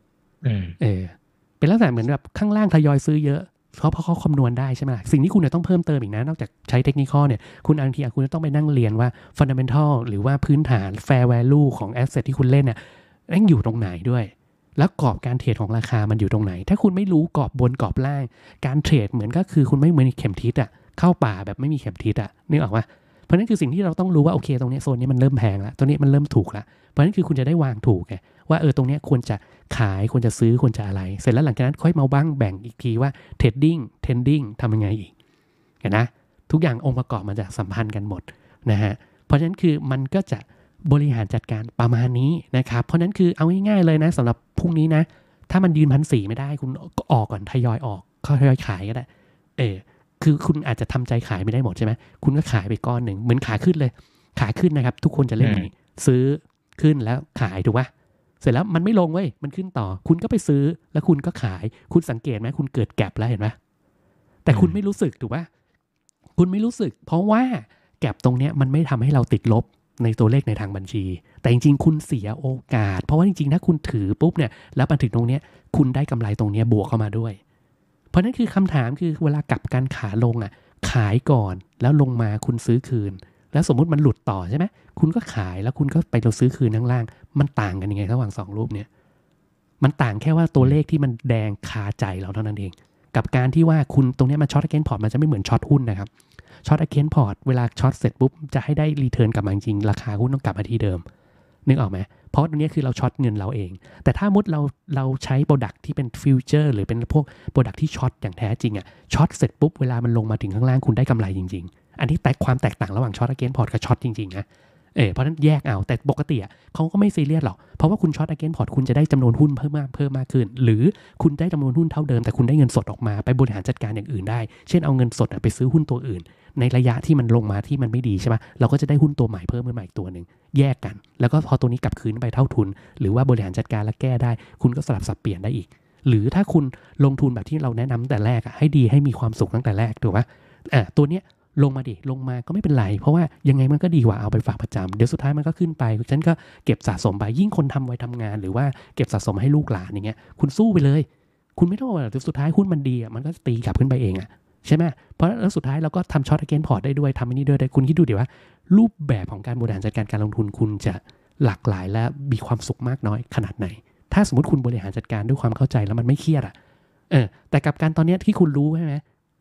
เป็นลักษณะเหมือนแบบข้างล่างทยอยซื้อเยอะเพราะเขาคำนวณได้ใช่ไหมสิ่งที่คุณจะต้องเพิ่มเติมอีกนะนอกจากใช้เทคนิคเนี่ยคุณบางทีคุณจะต้องไปนั่งเรียนว่า fundamental หรือว่าพื้นฐาน fair value ของ asset ที่คุณเล่นนั่งอยู่ตรงไหนด้วยแล้วกรอบการเทรดของราคามันอยู่ตรงไหนถ้าคุณไม่รู้กรอบบนกรอบล่างการเทรดเหมือนก็คือคุณไม่เหมือนเข็มทิศเข้าป่าแบบไม่มีเข็มทิศนึกออกปะเพราะนั้นคือสิ่งที่เราต้องรู้ว่าโอเคตรงนี้โซนนี้มันเริ่มแพงแล้วตัวนี้มันเริ่มถูกแล้วเพราะนั้นคือคุณจะได้วางถูกไงว่าตรงนี้ควรจะขายควรจะซื้อควรจะอะไรเสร็จแล้วหลังจากนั้นค่อยมาบ้างแบ่งอีกทีว่าเทรดดิ้งเทรนดิ้งทำยังไงอีกเห็นนะทุกอย่างองค์ประกอบมันจะสัมพันธ์กันหมดนะฮะเพราะฉะนั้นคือมันก็จะบริหารจัดการประมาณนี้นะครับเพราะนั้นคือเอาง่ายๆเลยนะสำหรับพรุ่งนี้นะถ้ามันยืน1,400ไม่ได้คุณก็ออกก่อนทยอยออกทยอยขายก็ได้คือคุณอาจจะทำใจขายไม่ได้หมดใช่ไหมคุณก็ขายไปก้อนหนึ่งเหมือนขาขึ้นเลยขาขึ้นนะครับทุกคนจะเล่นอย่างนี้ซื้อขึ้นแล้วขายถูกปะเสร็จแล้วมันไม่ลงเว้ยมันขึ้นต่อคุณก็ไปซื้อแล้วคุณก็ขายคุณสังเกตไหมคุณเกิดแก็ปแล้วเห็นปะแต่คุณไม่รู้สึกถูกปะคุณไม่รู้สึกเพราะว่าแก็ปตรงเนี้ยมันไม่ทำให้เราติดลบในตัวเลขในทางบัญชีแต่จริงๆคุณเสียโอกาสเพราะว่าจริงๆถ้าคุณถือปุ๊บเนี่ยแล้วมาถึงตรงเนี้ยคุณได้กำไรตรงเนี้ยบวกเข้ามาด้วยเพราะนั่นคือคำถามคือเวลากลับการขาลงขายก่อนแล้วลงมาคุณซื้อคืนแล้วสมมุติมันหลุดต่อใช่ไหมคุณก็ขายแล้วคุณก็ไปเราซื้อคืนข้างล่างมันต่างกันยังไงระหว่าง2รูปเนี่ยมันต่างแค่ว่าตัวเลขที่มันแดงคาใจเราเท่านั้นเองกับการที่ว่าคุณตรงนี้มันช็อตอเกนพอร์ตมันจะไม่เหมือนช็อตหุ้นนะครับช็อตอเกนพอร์ตเวลาช็อตเสร็จปุ๊บจะให้ได้รีเทิร์นกลับมาจริงราคาหุ้นต้องกลับมาที่เดิมนึกออกไหมเพราะตรงนี้คือเราช็อตเงินเราเองแต่ถ้ามุดเราใช้โปรดักที่เป็นฟิวเจอร์หรือเป็นพวกโปรดักที่ช็อตอย่างแท้จริงช็อตเสร็จปุ๊บเวลามันลงมาถึงข้างล่างคุณได้กำไรจริงๆอันนี้ความแตกต่างระหว่างช็อตอเกนพอร์ตกับช็อตจริงๆนะเพราะนั้นแยกเอาแต่ปกติเขาก็ไม่ซีเรียสหรอกเพราะว่าคุณช็อตอเกนพอร์ตคุณจะได้จำนวนหุ้นเพิ่มมากขึ้นหรือคุณได้จำนวนหุ้นเท่าเดิมแต่คุณได้เงินสดออกมาไปบริหารจัดการอย่างอื่นได้เช่นเอาเงินสดไปซื้อหุ้นตัวอื่นในระยะที่มันลงมาที่มันไม่ดีใช่ไหมเราก็จะได้หุ้นตัวใหม่เพิ่มขึ้นมาอีกตัวหนึ่งแยกกันแล้วก็พอตัวนี้กลับคืนไปเท่าทุนหรือว่าบริหารจัดการและแก้ได้คุณก็สลับสับเปลี่ยนได้อีกหรือถ้าคุณลงทุนแบบที่เราแนะนำแต่แรกให้ดีให้มีความสุขตั้งแต่แรกถูกไหมตัวเนี้ยลงมาก็ไม่เป็นไรเพราะว่ายังไงมันก็ดีกว่าเอาไปฝากประจำเดี๋ยวสุดท้ายมันก็ขึ้นไปฉันก็เก็บสะสมไปยิ่งคนทำไว้ทำงานหรือว่าเก็บสะสมให้ลูกหลานอย่างเงี้ยคุณสู้ไปเลยคุณไม่ต้องว่าเดี๋ยวสุดท้ายหุ้นมันดีมันก็ตีกลับขึ้นไปเองใช่ไหมเพราะแล้วสุดท้ายเราก็ทำช็อตอเกนพอร์ตได้ด้วยทำอันนี้ด้วยได้คุณคิดดูดิว่ารูปแบบของการบริหารจัดการการลงทุนคุณจะหลากหลายและมีความสุขมากน้อยขนาดไหนถ้าสมมติคุณบริหารจัดการด้วยความเข้าใจแล้วมันไม่เครียดแต่กับการตอนนี้ที่คุณรู้ใช่ไหม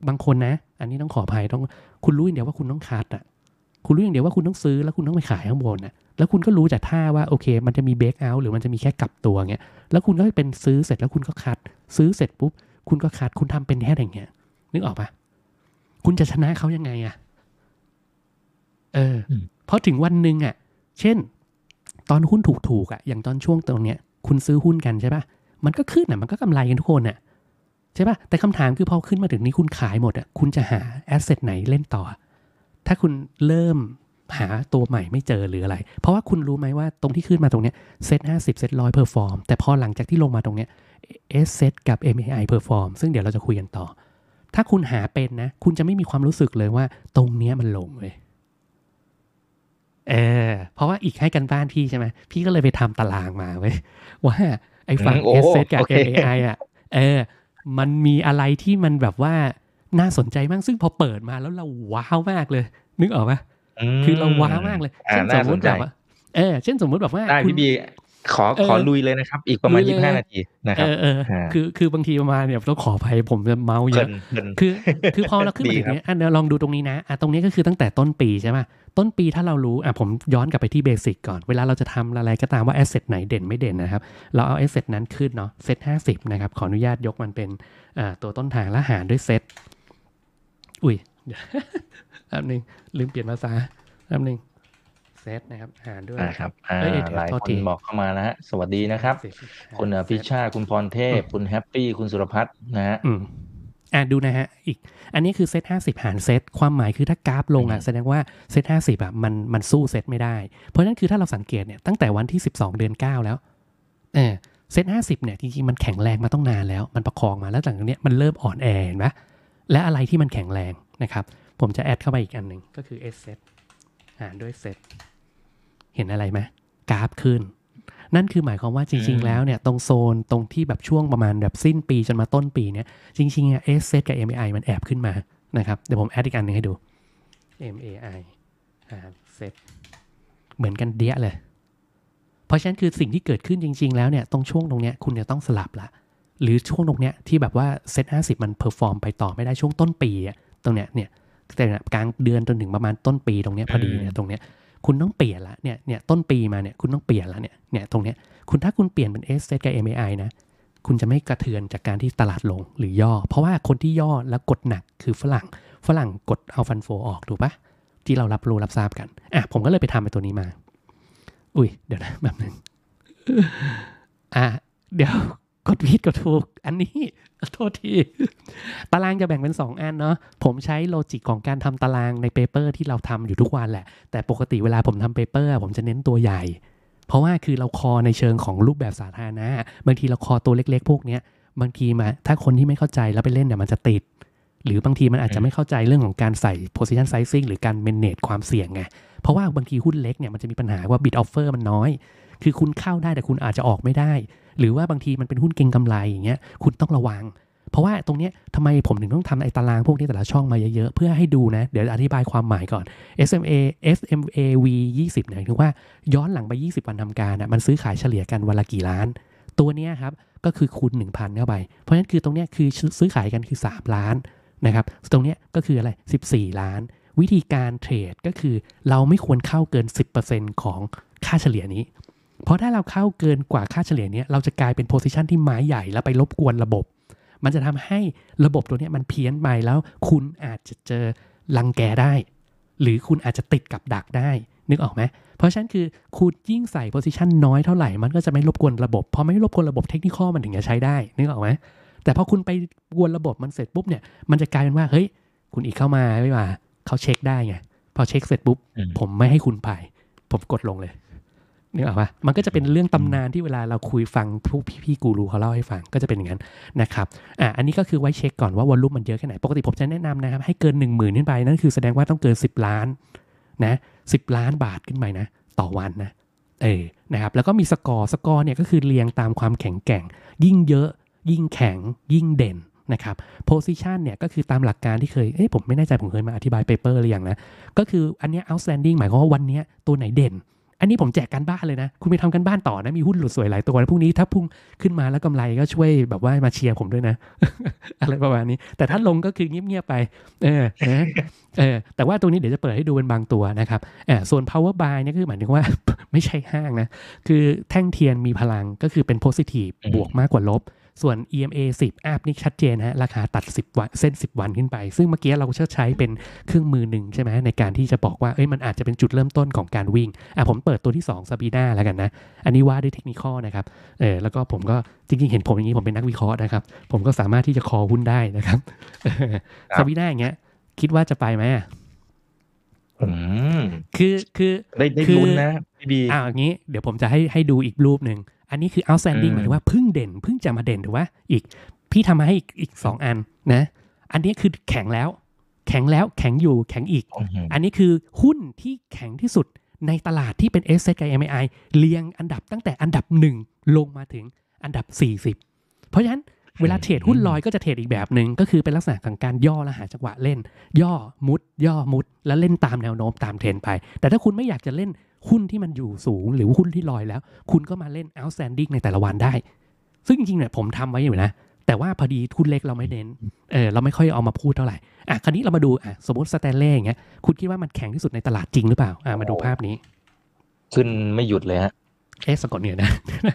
บางคนนะอันนี้ต้องขออภัยต้องคุณรู้อย่างเดียวว่าคุณต้องคัดอ่ะคุณรู้อย่างเดียวว่าคุณต้องซื้อแล้วคุณต้องไปขายข้างบนนะแล้วคุณก็รู้จากท่าว่าโอเคมันจะมีเบรกเอาท์หรือมันจะมีแค่กลับตัวเงี้ยแล้วคุณก็เป็นซื้อเสร็จแล้วคุณก็คัดซื้อเสร็จปุ๊บคุณก็คัดคุณทำเป็นแค่อย่างเงี้ยนึกออกปะคุณจะชนะเขายังไงอ่ะเพราะถึงวันหนึ่งอ่ะเช่นตอนหุ้นถูกอ่ะอย่างตอนช่วงตรงเนี้ยคุณซื้อหุ้นกันใช่ปะมันก็ขึ้นอ่ะมันก็กำไรกันทุกคนอ่ะใช่ปะแต่คำถามคือพอขึ้นมาถึงนี้คุณขายหมดอ่ะคุณจะหาแอสเซทไหนเล่นต่อถ้าคุณเริ่มหาตัวใหม่ไม่เจอหรืออะไรเพราะว่าคุณรู้ไหมว่าตรงที่ขึ้นมาตรงเนี้ยเซ็ต50เซ็ต100เพอร์ฟอร์มแต่พอหลังจากที่ลงมาตรงเนี้ย S set กับ MAI perform ซึ่งเดี๋ยวเราจะคุยกันต่อถ้าคุณหาเป็นนะคุณจะไม่มีความรู้สึกเลยว่าตรงเนี้ยมันลงเลยเพราะว่าอีกให้กันบ้านพี่ใช่ไหมพี่ก็เลยไปทำตารางมาเว้ยว่าไอ้ฝั่ง S set กับ MAI อ่ะมันมีอะไรที่มันแบบว่าน่าสนใจมากซึ่งพอเปิดมาแล้วเราว้าวมากเลยนึกออกปะคือเราว้าวมากเลยเช่นสมมติแบบว่าเช่นสมมติแบบว่าได้พี่บีขอลุยเลยนะครับอีกประมาณ25 นาทีนะครับคือบางทีประมาณเนี่ยต้องขออภัยผมจะเมาเยอะคือพอเราขึ้นมาถึงนี้เดี๋ยวลองดูตรงนี้นะตรงนี้ก็คือตั้งแต่ต้นปีใช่ไหมต้นปีถ้าเรารู้ผมย้อนกลับไปที่เบสิกก่อนเวลาเราจะทำอะไรก็ตามว่าแอสเซทไหนเด่นไม่เด่นนะครับเราเอาแอสเซทนั้นขึ้นเนาะเซต50นะครับขออนุญาตยกมันเป็นตัวต้นทางและหารด้วยเซตอุ้ยแป๊บนึงลืมเปลี่ยนภาษาแป๊บนึงเซตนะครับหารด้วยครับหลายคนบอกเข้ามานะฮะสวัสดีนะครับคุณพิชาคุณพรเทพคุณแฮปปี้คุณสุรพัฒน์นะฮะดูนะฮะอีกอันนี้คือเซต50หารเซตความหมายคือถ้ากราฟลงแสดงว่าเซต50มันสู้เซตไม่ได้เพราะฉะนั้นคือถ้าเราสังเกตเนี่ยตั้งแต่วันที่12เดือน9แล้วเซต50เนี่ยจริงๆมันแข็งแรงมาต้องนานแล้วมันประคองมาแล้วหลังจากนี้มันเริ่มอ่อนแอเห็นไหมและอะไรที่มันแข็งแรงนะครับผมจะแอดเข้าไปอีกอันหนึ่งก็คือ S set หารด้วยเซตเห็นอะไรไหมกราฟขึ้นนั่นคือหมายความว่าจริงๆแล้วเนี่ยตรงโซนตรงที่แบบช่วงประมาณแบบสิ้นปีจนมาต้นปีเนี่ยจริงๆS set กับ MAI มันแอบขึ้นมานะครับเดี๋ยวผมแอดอีกอันนึงให้ดู MAI set เหมือนกันเดี้ยเลยเพราะฉะนั้นคือสิ่งที่เกิดขึ้นจริงๆแล้วเนี่ยตรงช่วงตรงเนี้ยคุณจะต้องสลับละหรือช่วงตรงเนี้ยที่แบบว่าเซต50มันเพอร์ฟอร์มไปต่อไม่ได้ช่วงต้นปีอ่ะตรงเนี้ยแต่กลางเดือนจนถึงประมาณต้นปีตรงเนี้ยพอดีเนี่ยตรงเนี้ยคุณต้องเปลี่ยนละเนี่ยต้นปีมาเนี่ยคุณต้องเปลี่ยนละเนี่ยตรงเนี้ยถ้าคุณเปลี่ยนเป็น S set กับ MAI นะคุณจะไม่กระเทือนจากการที่ตลาดลงหรือย่อเพราะว่าคนที่ย่อแล้วกดหนักคือฝรั่งกดเอาฟันโฟออกถูกปะที่เรารับรู้รับทราบกันผมก็เลยไปทำไปตัวนี้มาอุ้ยเดี๋ยวนะแบบนึงเดี๋ยวกดผิดกดถูกอันนี้โทษทีตารางจะแบ่งเป็น2อันเนาะผมใช้โลจิกของการทำตารางในเปเปอร์ที่เราทำอยู่ทุกวันแหละแต่ปกติเวลาผมทำเปเปอร์ผมจะเน้นตัวใหญ่เพราะว่าคือเราคอในเชิงของรูปแบบสาธารณะบางทีเราคอตัวเล็กๆพวกนี้บางทีมาถ้าคนที่ไม่เข้าใจแล้วไปเล่นเนี่ยมันจะติดหรือบางทีมันอาจจะไม่เข้าใจเรื่องของการใส่ position sizing หรือการ manage ความเสี่ยงไงเพราะว่าบางทีหุ้นเล็กเนี่ยมันจะมีปัญหาว่า bid offer มันน้อยคือคุณเข้าได้แต่คุณอาจจะออกไม่ได้หรือว่าบางทีมันเป็นหุ้นเก็งกำไรอย่างเงี้ยคุณต้องระวังเพราะว่าตรงเนี้ยทำไมผมถึงต้องทำไอ้ตารางพวกนี้แต่ละช่องมาเยอะๆเพื่อให้ดูนะเดี๋ยวอธิบายความหมายก่อน SMAV 20เนี่ยคือว่าย้อนหลังไป20วันทำการมันซื้อขายเฉลี่ยกันวันละกี่ล้านตัวเนี้ยครับก็คือคูณ 1,000 เข้าไปเพราะฉะนั้นคือตรงเนี้ยคือซื้อขายกันคือ3ล้านนะครับตรงเนี้ยก็คืออะไร14ล้านวิธีการเทรดก็คือเราไม่ควรเข้าเกิน 10% ของค่าเฉลี่ยนี้เพราะถ้าเราเข้าเกินกว่าค่าเฉลี่ยนี้เราจะกลายเป็นโพซิชันที่ไม้ใหญ่แล้วไปรบกวนระบบมันจะทำให้ระบบตัวนี้มันเพี้ยนไปแล้วคุณอาจจะเจอรังแกได้หรือคุณอาจจะติดกับดักได้นึกออกไหมเพราะฉะนั้นคือคุณยิ่งใส่โพซิชันน้อยเท่าไหร่มันก็จะไม่รบกวนระบบพอไม่รบกวนระบบเทคนิคมันถึงจะใช้ได้นึกออกไหมแต่พอคุณไปกวนระบบมันเสร็จปุ๊บเนี่ยมันจะกลายเป็นว่าเฮ้ยคุณอีกเข้ามาไม่มาเขาเช็คได้ไงพอเช็คเสร็จปุ๊บผมไม่ให้คุณไปผมกดลงเลยนึกออกปะมันก็จะเป็นเรื่องตำนานที่เวลาเราคุยฟังพวกพี่ๆกูรูเขาเล่าให้ฟังก็จะเป็นอย่างนั้นนะครับอันนี้ก็คือไว้เช็คก่อนว่าวอลลุ่มมันเยอะแค่ไหนปกติผมจะแนะนำนะครับให้เกิน 10,000 ขึ้นไปนั่นคือแสดงว่าต้องเกิน10ล้านนะ10ล้านบาทขึ้นไปนะต่อวันนะนะครับแล้วก็มีสกอร์เนี่ยก็คือเรียงตามความแข็งแกร่งยิ่งเยอะยิ่งแข็งยิ่งเด่นนะครับโพซิชันเนี่ยก็คือตามหลักการที่เคยผมไม่แน่ใจผมเคยมาอธิบายเปเปอร์หรือยังนะก็คืออันนี้ outstanding หมายความว่าวันนี้ตัวไหนเด่นอันนี้ผมแจกการบ้านเลยนะคุณไปทำกันบ้านต่อนะมีหุ้นหลุดสวยหลายตัวนะพรุ่งนี้ถ้าพุ่งขึ้นมาแล้วกำไรก็ช่วยแบบว่ามาเชียร์ผมด้วยนะ อะไรประมาณนี้แต่ถ้าลงก็คือเงียบๆไปนะแต่ว่าตัวนี้เดี๋ยวจะเปิดให้ดูเป็นบางตัวนะครับส่วน power buy เนี่ยคือหมายถึงว่า ไม่ใช่ห้างนะคือแท่งเทียนมีพลังก็คือเป็น positive บวกมากกว่าลบส่วน EMA 10 อัพนี่ชัดเจนฮะราคาตัด10วันเส้น10วันขึ้นไปซึ่งเมื่อกี้เราก็ใช้เป็นเครื่องมือหนึ่งใช่ไหมในการที่จะบอกว่ามันอาจจะเป็นจุดเริ่มต้นของการวิ่งผมเปิดตัวที่2 Sabina แล้วกันนะอันนี้ว่าด้วยเทคนิคนะครับแล้วก็ผมก็จริงๆเห็นผมอย่างนี้ผมเป็นนักวิเคราะห์นะครับผมก็สามารถที่จะคอหุ้นได้นะครับ Sabina อย่างเงี้ยคิดว่าจะไปไหมคือได้ลุ้นนะพี่บีอย่างนี้เดี๋ยวผมจะให้ดูอีกรูปหนึ่งอันนี้คือ outstanding หมายถึงว่าเพิ่งเด่นจะมาเด่นถูกว่าพี่ทำมาให้อีก2 อันนะอันนี้คือแข็งแล้วแข็งอยู่แข็งอีกอันนี้คือหุ้นที่แข็งที่สุดในตลาดที่เป็น S&P กับ MSCI เรียงอันดับตั้งแต่อันดับ1ลงมาถึงอันดับ40เพราะฉะนั้นเวลาเทรดหุ้นลอยก็จะเทรดอีกแบบหนึ่งก็คือเป็นลักษณะของการย่อและหาจังหวะเล่นย่อมุดแล้วเล่นตามแนวโน้มตามเทรนไปแต่ถ้าคุณไม่อยากจะเล่นหุ้นที่มันอยู่สูงหรือหุ้นที่ลอยแล้วคุณก็มาเล่น outstanding ในแต่ละวันได้ซึ่งจริงๆเนี่ยผมทำไว้อยู่นะแต่ว่าพอดีหุ้นเล็กเราไม่เน้นเราไม่ค่อยเอามาพูดเท่าไหร่คราวนี้เรามาดูสมมติสแตนเล่อย่างเงี้ยคุณคิดว่ามันแข็งที่สุดในตลาดจริงหรือเปล่ามาดูภาพนี้ขึ้นไม่หยุดเลยฮะสะกดเนี่ยนะ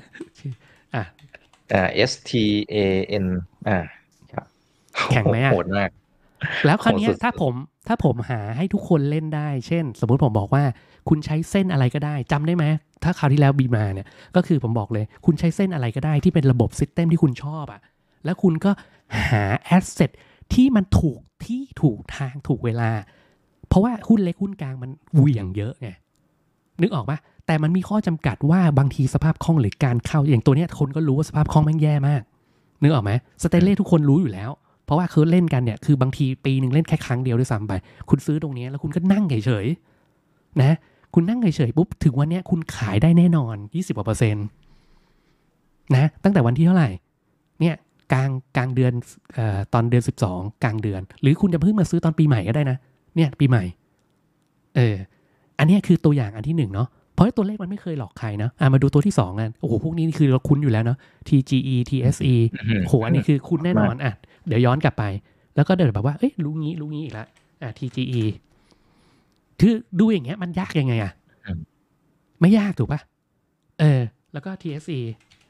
STAN ครับแข็งไหมโหดมากแล้วคราวนี้ถ้าผมหาให้ทุกคนเล่นได้เช่นสมมุติผมบอกว่าคุณใช้เส้นอะไรก็ได้จำได้ไหมถ้าคราวที่แล้วบีมาเนี่ยก็คือผมบอกเลยคุณใช้เส้นอะไรก็ได้ที่เป็นระบบซิสเต็มที่คุณชอบแล้วคุณก็หาแอสเซทที่มันถูกที่ถูกทางถูกเวลาเพราะว่าหุ้นเล็กหุ้นกลางมันเหวี่ยงเยอะไงนึกออกปะแต่มันมีข้อจำกัดว่าบางทีสภาพคล่องหรือการเข้าอย่างตัวเนี้ยคนก็รู้ว่าสภาพคล่องแม่งแย่มากนึกออกไหมสเตนเลสทุกคนรู้อยู่แล้วเพราะว่าเขาเล่นกันเนี่ยคือบางทีปีนึงเล่นแค่ครั้งเดียวด้วยซ้ำไปคุณซื้อตรงนี้แล้วคุณก็นั่งเฉยๆนะคุณนั่งเฉยๆปุ๊บถึงวันนี้คุณขายได้แน่นอน20%นะตั้งแต่วันที่เท่าไหร่เนี่ยกลางเดือนตอนเดือน12กลางเดือนหรือคุณจะเพิ่งมาซื้อตอนปีใหม่ก็ได้นะเนี่ยปีใหม่อันนี้คือตัวอย่างอันที่1เนาะเพราะตัวเลขมันไม่เคยหลอกใครนะมาดูตัวที่2กันโอ้โหพวกนี้คือเราคุ้นอยู่แล้วเนาะ TGE TSE โหอันนี้คือคุ้นแน่นอนเดี๋ยวย้อนกลับไปแล้วก็เดินแบบว่ารู้งี้อีกแล้วTGE คือดูอย่างเงี้ยมันยากยังไงไม่ยากถูกปะแล้วก็ TSE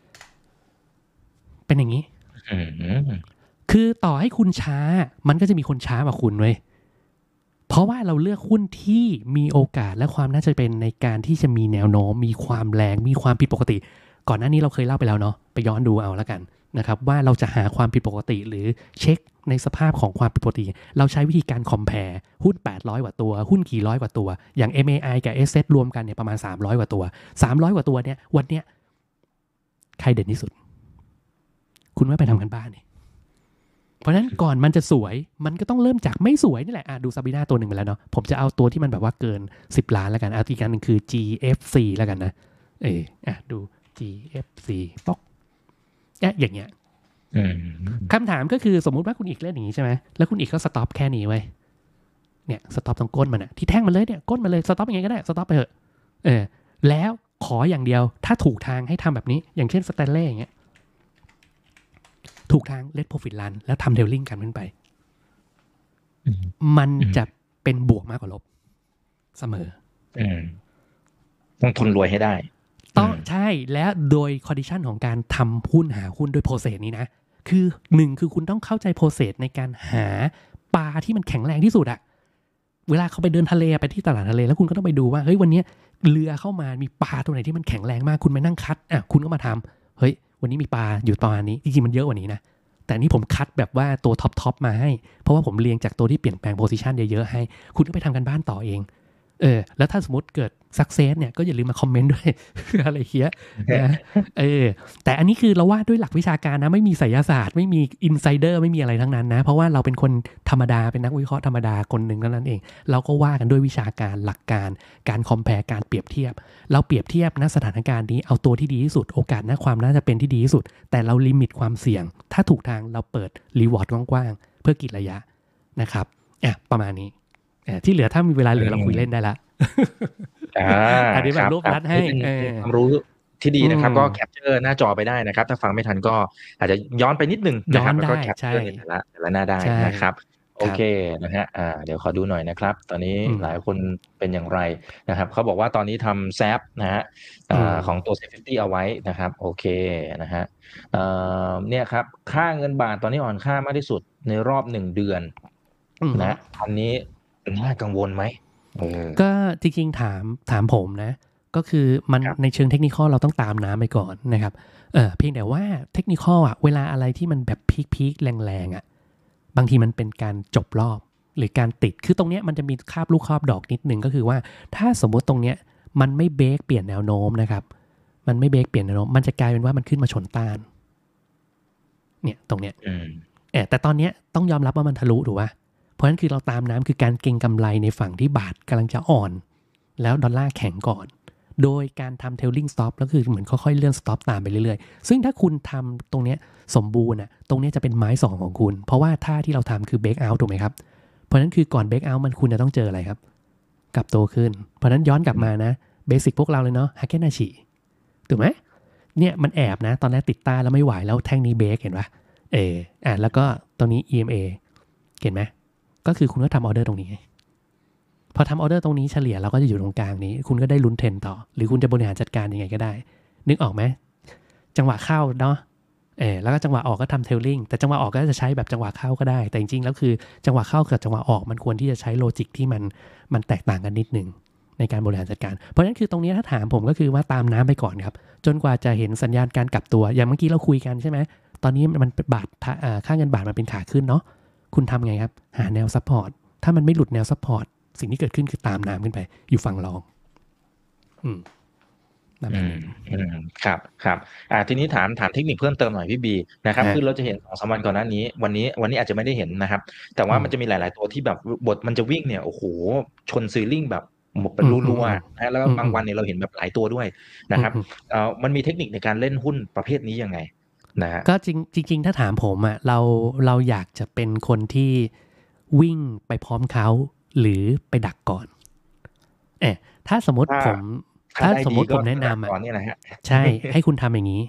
เป็นอย่างนี้คือต่อให้คุณช้ามันก็จะมีคนช้ากว่าคุณเว้ยเพราะว่าเราเลือกหุ้นที่มีโอกาสและความน่าจะเป็นในการที่จะมีแนวโน้มมีความแรงมีความผิดปกติก่อนหน้านี้เราเคยเล่าไปแล้วเนาะไปย้อนดูเอาละกันนะครับว่าเราจะหาความผิดปกติหรือเช็คในสภาพของความผิดปกติเราใช้วิธีการคอมแพร์หุ้น800กว่าตัวหุ้นกี่ร้อยกว่าตัวอย่าง MAI กับ SS รวมกันเนี่ยประมาณ300กว่าตัว300กว่าตัวเนี่ยวันเนี้ยใครเด่นที่สุดคุณว่าไปทำกันบ้านนี่เพราะฉะนั้นก่อนมันจะสวยมันก็ต้องเริ่มจากไม่สวยนี่แหละดูซาบีน่าตัวหนึ่งไปแล้วเนาะผมจะเอาตัวที่มันแบบว่าเกิน10ล้านแล้วกันอีกอันนึงคือ GFC แล้วกันนะดู GFC ป๊อกอย่างเงี้ยคำถามก็คือสมมุติว่าคุณอีกเล่นอย่างนี้ใช่ไหมแล้วคุณอีกก็สต็อปแค่นี้ไว้เนี่ยสต็อปตรงก้นมันที่แท่งมันเลยเนี่ยก้นมันเลยสต็อปยังไงก็ได้สต็อปไปเถอะแล้วขออย่างเดียวถ้าถูกทางให้ทำแบบนี้อย่างเช่นสแตนเล่อย่างเงี้ยถูกทางเลทโปรฟิตรันแล้วทำเทลลิ่งกันขึ้นไปมันจะเป็นบวกมากกว่าลบเสมอต้องทนรวยให้ได้ต้องใช่แล้วโดยคอนดิชันของการทำหุ้นหาหุ้นโดยโปรเซสนี้นะคือ1คือคุณต้องเข้าใจโปรเซสในการหาปลาที่มันแข็งแรงที่สุดอะเวลาเขาไปเดินทะเลไปที่ตลาดทะเลแล้วคุณก็ต้องไปดูว่าเฮ้ยวันนี้เรือเข้ามามีปลาตัวไหนที่มันแข็งแรงมากคุณไปนั่งคัดคุณก็มาทำเฮ้ยวันนี้มีปลาอยู่ประมาณนี้จริงๆมันเยอะกว่านี้นะแต่นี่ผมคัดแบบว่าตัวท็อปมาให้เพราะว่าผมเรียงจากตัวที่เปลี่ยนแปลงโพซิชันเยอะๆให้คุณก็ไปทำกันบ้านต่อเองแล้วถ้าสมมติเกิดซักเซสเนี่ยก็อย่าลืมมาคอมเมนต์ด้วย อะไรเงี้ยนะแต่อันนี้คือเราว่าด้วยหลักวิชาการนะไม่มีไสยศาสตร์ไม่มีอินไซเดอร์ไม่มีอะไรทั้งนั้นนะเพราะว่าเราเป็นคนธรรมดาเป็นนักวิเคราะห์ธรรมดาคนหนึ่งนั่นเองเราก็ว่ากันด้วยวิชาการหลักการการคอมแพร์การเปรียบเทียบเราเปรียบเทียบณสถานการณ์นี้เอาตัวที่ดีที่สุดโอกาสณความน่าจะเป็นที่ดีที่สุดแต่เราลิมิตความเสี่ยงถ้าถูกทางเราเปิดรีวอร์ดกว้างๆเพื่อกิจระยะนะครับประมาณนี้ที่เหลือถ้ามีเวลาเหลือเราคุยเล่นได้ละอันนี้แบบรวบรัดให้เป็นความรู้ที่ดีนะครับก็แคปเจอร์หน้าจอไปได้นะครับถ้าฟังไม่ทันก็อาจจะย้อนไปนิดนึงนะครับแล้วก็แคปเจอร์ในแต่ละหน้าได้นะครับโอเคนะฮะเดี๋ยวขอดูหน่อยนะครับตอนนี้หลายคนเป็นอย่างไรนะครับเขาบอกว่าตอนนี้ทำแซฟนะฮะของตัว Safety เอาไว้นะครับโอเคนะฮะเนี่ยครับค่าเงินบาทตอนนี้อ่อนค่ามากที่สุดในรอบ1เดือนนะอันนี้น่ากังวลไหมก็จริงๆถามผมนะก็คือมันในเชิงเทคนิคเราต้องตามน้ำไปก่อนนะครับเพียงแต่ว่าเทคนิคเวลาอะไรที่มันแบบพีคๆแรงๆบางทีมันเป็นการจบรอบหรือการติดคือตรงเนี้ยมันจะมีคาบลูกคาบดอกนิดนึงก็คือว่าถ้าสมมุติตรงเนี้ยมันไม่เบรกเปลี่ยนแนวโน้มนะครับมันไม่เบรกเปลี่ยนแนวโน้มมันจะกลายเป็นว่ามันขึ้นมาชนต้านเนี่ยตรงเนี้ยแต่ตอนเนี้ยต้องยอมรับว่ามันทะลุถูกป่ะเพราะฉะนั้นคือเราตามน้ำคือการเก็งกำไรในฝั่งที่บาทกำลังจะอ่อนแล้วดอลลาร์แข็งก่อนโดยการทำเทลลิ่งสต็อปแล้วคือเหมือนค่อยๆเลื่อนสต็อปตามไปเรื่อยๆซึ่งถ้าคุณทำตรงเนี้ยสมบูรณ์ตรงนี้จะเป็นไม้2ของคุณเพราะว่าท่าที่เราทำคือเบรกเอาท์ถูกไหมครับเพราะฉะนั้นคือก่อนเบรกเอาท์มันคุณจะต้องเจออะไรครับกลับตัวขึ้นเพราะฉะนั้นย้อนกลับมานะเบสิกพวกเราเลยเนาะฮาเกนาชิถูกไหมเนี่ยมันแอบนะตอนแรกติดใต้แล้วไม่ไหวแล้วแท่งนี้เบรกเห็นปะแล้วก็ตรงนี้ EMA เห็นไหมก็คือคุณก็ทำออเดอร์ตรงนี้พอทำออเดอร์ตรงนี้เฉลี่ยเราก็จะอยู่ตรงกลางนี้คุณก็ได้ลุ้นเทรนต่อหรือคุณจะบริหารจัดการยังไงก็ได้นึกออกไหมจังหวะเข้าเนาะแล้วก็จังหวะออกก็ทำเทลลิ่งแต่จังหวะออกก็จะใช้แบบจังหวะเข้าก็ได้แต่จริงๆแล้วคือจังหวะเข้ากับจังหวะออกมันควรที่จะใช้โลจิกที่มันแตกต่างกันนิดนึงในการบริหารจัดการเพราะฉะนั้นคือตรงนี้ถ้าถามผมก็คือว่าตามน้ำไปก่อนครับจนกว่าจะเห็นสัญญาณการกลับตัวอย่างเมื่อกี้เราคุยกันใช่ไหมตอนนี้มันบาทค่าเงินบาทมันเป็นขาขึ้นเนาะคุณทำไงครับหาแนวซัพพอร์ตถ้ามันไม่หลุดแนวซัพพอร์ตสิ่งที่เกิดขึ้นคือตามน้ำขึ้นไปอยู่ฝั่งรองครับทีนี้ถามเทคนิคเพิ่มเติมหน่อยพี่บีนะครับคือเราจะเห็น2-3 วันก่อนหน้านี้วันนี้อาจจะไม่ได้เห็นนะครับแต่ว่ามันจะมีหลายๆตัวที่แบบบทมันจะวิ่งเนี่ยโอ้โหชนซีลิ่งแบบเป็นรัวๆนะแล้วบางวันเนี่ยเราเห็นแบบหลายตัวด้วยนะครับมันมีเทคนิคในการเล่นหุ้นประเภทนี้ยังไงนะฮะก็จริงถ้าถามผมเราอยากจะเป็นคนที่วิ่งไปพร้อมเขาหรือไปดักก่อนถ้าสมมติผมแนะนำใช่ให้คุณทำอย่างนี้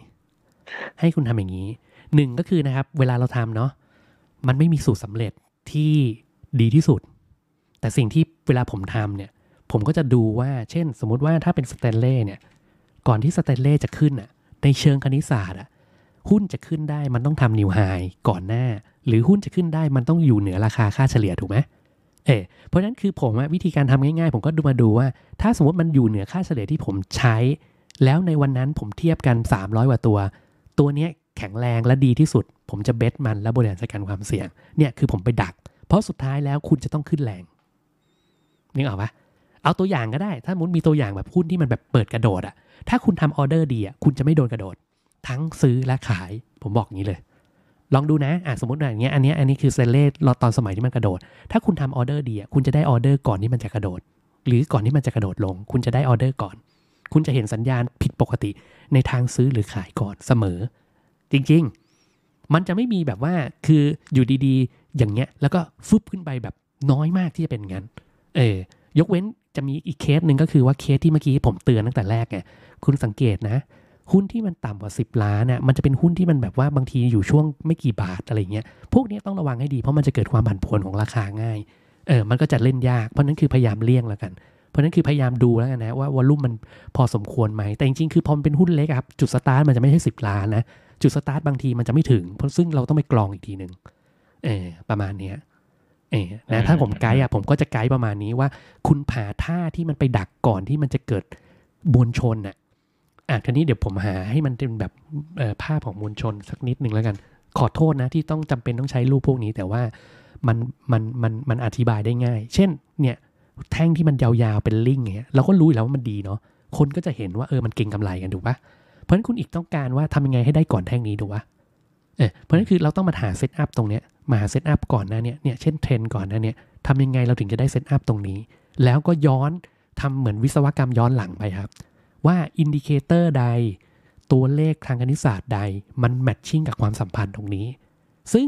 หนึ่งก็คือนะครับเวลาเราทำเนาะมันไม่มีสูตรสำเร็จที่ดีที่สุดแต่สิ่งที่เวลาผมทำเนี่ยผมก็จะดูว่าเช่นสมมติว่าถ้าเป็นสแตนเล่เนี่ยก่อนที่สแตนเล่จะขึ้นในเชิงคณิตศาสตร์หุ้นจะขึ้นได้มันต้องทำนิวไฮก่อนหน้าหรือหุ้นจะขึ้นได้มันต้องอยู่เหนือราคาค่าเฉลี่ยถูกไหมเพราะฉะนั้นคือผมวิธีการทำง่ายๆผมก็ดูว่าถ้าสมมติมันอยู่เหนือค่าเฉลี่ยที่ผมใช้แล้วในวันนั้นผมเทียบกัน300กว่าตัวนี้แข็งแรงและดีที่สุดผมจะเบสมันและบริหารจัดการความเสี่ยงเนี่ยคือผมไปดักเพราะสุดท้ายแล้วคุณจะต้องขึ้นแรงนึกออกปะเอาตัวอย่างก็ได้ถ้ามุดมีตัวอย่างแบบหุ้นที่มันแบบเปิดกระโดดถ้าคุณทำออเดอร์ดีคุณจะไม่โดนกระโดดทั้งซื้อและขายผมบอกงี้เลยลองดูนะสมมติอย่างเงี้ยอันนี้คือเซเลสตอนสมัยที่มันกระโดดถ้าคุณทำออเดอร์ดีคุณจะได้ออเดอร์ก่อนที่มันจะกระโดดหรือก่อนที่มันจะกระโดดลงคุณจะได้ออเดอร์ก่อนคุณจะเห็นสัญญาณผิดปกติในทางซื้อหรือขายก่อนเสมอจริงๆมันจะไม่มีแบบว่าคืออยู่ดีๆอย่างเงี้ยแล้วก็ฟึบขึ้นไปแบบน้อยมากที่จะเป็นงั้นยกเว้นจะมีอีกเคสหนึ่งก็คือว่าเคสที่เมื่อกี้ผมเตือนตั้งแต่แรกไงคุณสังเกตนะหุ้นที่มันต่ำกว่า10 ล้านมันจะเป็นหุ้นที่มันแบบว่าบางทีอยู่ช่วงไม่กี่บาทอะไรเงี้ยพวกนี้ต้องระวังให้ดีเพราะมันจะเกิดความผันผวนของราคาง่ายมันก็จะเล่นยากเพราะนั้นคือพยายามเลี่ยงแล้วกันเพราะนั้นคือพยายามดูแล้วกันนะว่าวอลุ่มมันพอสมควรไหมแต่จริงๆคือพอมันเป็นหุ้นเล็กครับจุดสตาร์ทมันจะไม่ใช่10 ล้านนะจุดสตาร์ทบางทีมันจะไม่ถึงเพราะซึ่งเราต้องไปกรองอีกทีนึงประมาณนี้นะถ้าผมไกด์ผมก็จะไกด์ประมาณนี้ว่าคุณผ่าท่าที่มันไปดักก่อนที่มันจะเกิดมวลชนทีนี้เดี๋ยวผมหาให้มันเป็นแบบภาพของมวลชนสักนิดนึงแล้วกันขอโทษนะที่ต้องจำเป็นต้องใช้รูปพวกนี้แต่ว่ามันอธิบายได้ง่ายเช่นเนี่ยแท่งที่มันยาวๆเป็นลิงก์อย่างเงี้ยเราก็รู้อยู่แล้วว่ามันดีเนาะคนก็จะเห็นว่ามันเก่งกำไรกันถูกปะเพราะฉะนั้นคุณอีกต้องการว่าทำยังไงให้ได้ก่อนแท่งนี้ถูกปะเพราะฉะนั้นคือเราต้องมาหาเซตอัพตรงเนี้ยมาหาเซตอัพก่อนนะเนี่ยเช่นเทรนก่อนนะเนี่ยทำยังไงเราถึงจะได้เซตอัพตรงนี้แล้วก็ย้อนทำเหมือนวิศวกรรมย้อนหลังไปครับว่าอินดิเคเตอร์ใดตัวเลขทางคณิตศาสตร์ใดมันแมทชิ่งกับความสัมพันธ์ตรงนี้ซึ่ง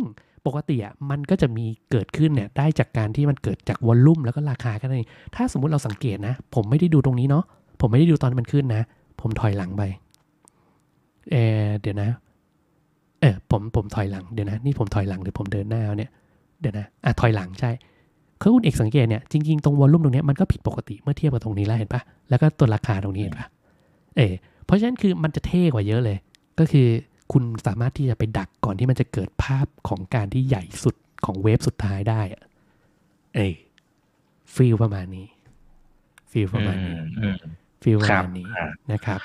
ปกติอ่ะมันก็จะมีเกิดขึ้นเนี่ยได้จากการที่มันเกิดจากวอลลุ่มแล้วก็ราคาแค่นั้นเองถ้าสมมุติเราสังเกตนะผมไม่ได้ดูตรงนี้เนาะผมไม่ได้ดูตอนมันขึ้นนะผมถอยหลังไปเดี๋ยวนะผมถอยหลังเดี๋ยวนะนี่ผมถอยหลังหรือผมเดินหน้าเนี่ยเดี๋ยวนะถอยหลังใช่คือคุณเอกสังเกตเนี่ยจริงๆตรงวอลลุ่มตรงนี้มันก็ผิดปกติเมื่อเทียบกับตรงนี้แล้วเห็นปะแล้วก็ตัวราคาตรงนี้เห็นปะเพราะฉะนั้นคือมันจะเท่กว่าเยอะเลยก็คือคุณสามารถที่จะไปดักก่อนที่มันจะเกิดภาพของการที่ใหญ่สุดของเวฟสุดท้ายได้ฟีลประมาณนี้ฟีลประมาณนี้นะครับ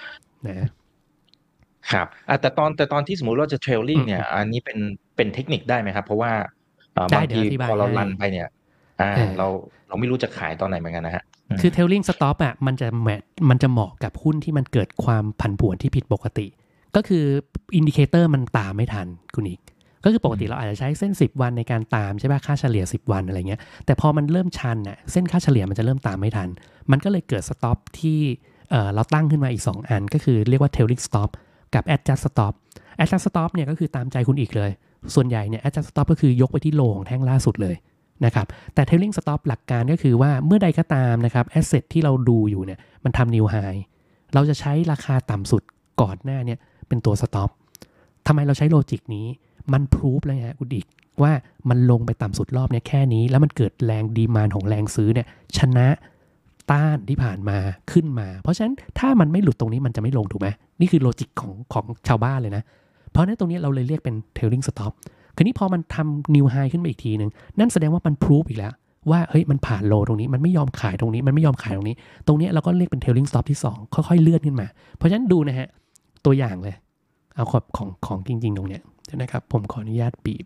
นะครับแต่ตอนที่สมมุติว่าจะเทรลลิ่งเนี่ยอันนี้เป็นเทคนิคได้ไหมครับเพราะว่าบางทีพอเรารันไปเนี่ยเราไม่รู้จะขายตอนไหนเหมือนกันนะฮะคือ trailing stop อ่ะมันจะเหมาะกับหุ้นที่มันเกิดความผันผวนที่ผิดปกติก็คืออินดิเคเตอร์มันตามไม่ทันคุณอีกก็คือปกติเราอาจจะใช้เส้น10วันในการตามใช่ป่ะค่าเฉลี่ย10วันอะไรเงี้ยแต่พอมันเริ่มชันน่ะเส้นค่าเฉลี่ยมันจะเริ่มตามไม่ทันมันก็เลยเกิด stop ที่เราตั้งขึ้นมาอีก2อันก็คือเรียกว่า trailing stop กับ adjust stop เนี่ยก็คือตามใจคุณอีกเลยส่วนใหญ่เนี่ย adjust stop ก็คือยกไปที่โลของแท่งล่าสุดเลยนะครับแต่ trailing stop หลักการก็คือว่าเมื่อใดก็ตามนะครับ asset ที่เราดูอยู่เนี่ยมันทำ new high เราจะใช้ราคาต่ำสุดก่อนหน้าเนี่ยเป็นตัว stop ทำไมเราใช้โลจิกนี้มันพรูฟเลยฮะคุณอีกว่ามันลงไปต่ำสุดรอบเนี่ยแค่นี้แล้วมันเกิดแรงดีมานด์ของแรงซื้อเนี่ยชนะต้านที่ผ่านมาขึ้นมาเพราะฉะนั้นถ้ามันไม่หลุดตรงนี้มันจะไม่ลงถูกไหมนี่คือโลจิกของชาวบ้านเลยนะเพราะนั้นตรงนี้เราเลยเรียกเป็น trailing stop คราวนี้พอมันทำ new high ขึ้นมาอีกทีนึงนั่นแสดงว่ามันพรูฟอีกแล้วว่าเฮ้ยมันผ่านโลตรงนี้มันไม่ยอมขายตรงนี้มันไม่ยอมขายตรงนี้เราก็เรียกเป็น trailing stop ที่2ค่อยๆเลื่อนขึ้นมาเพราะฉะนั้นดูนะฮะตัวอย่างเลยเอาของจริงๆตรงเนี้ยนะครับผมขออนุญาตบีบ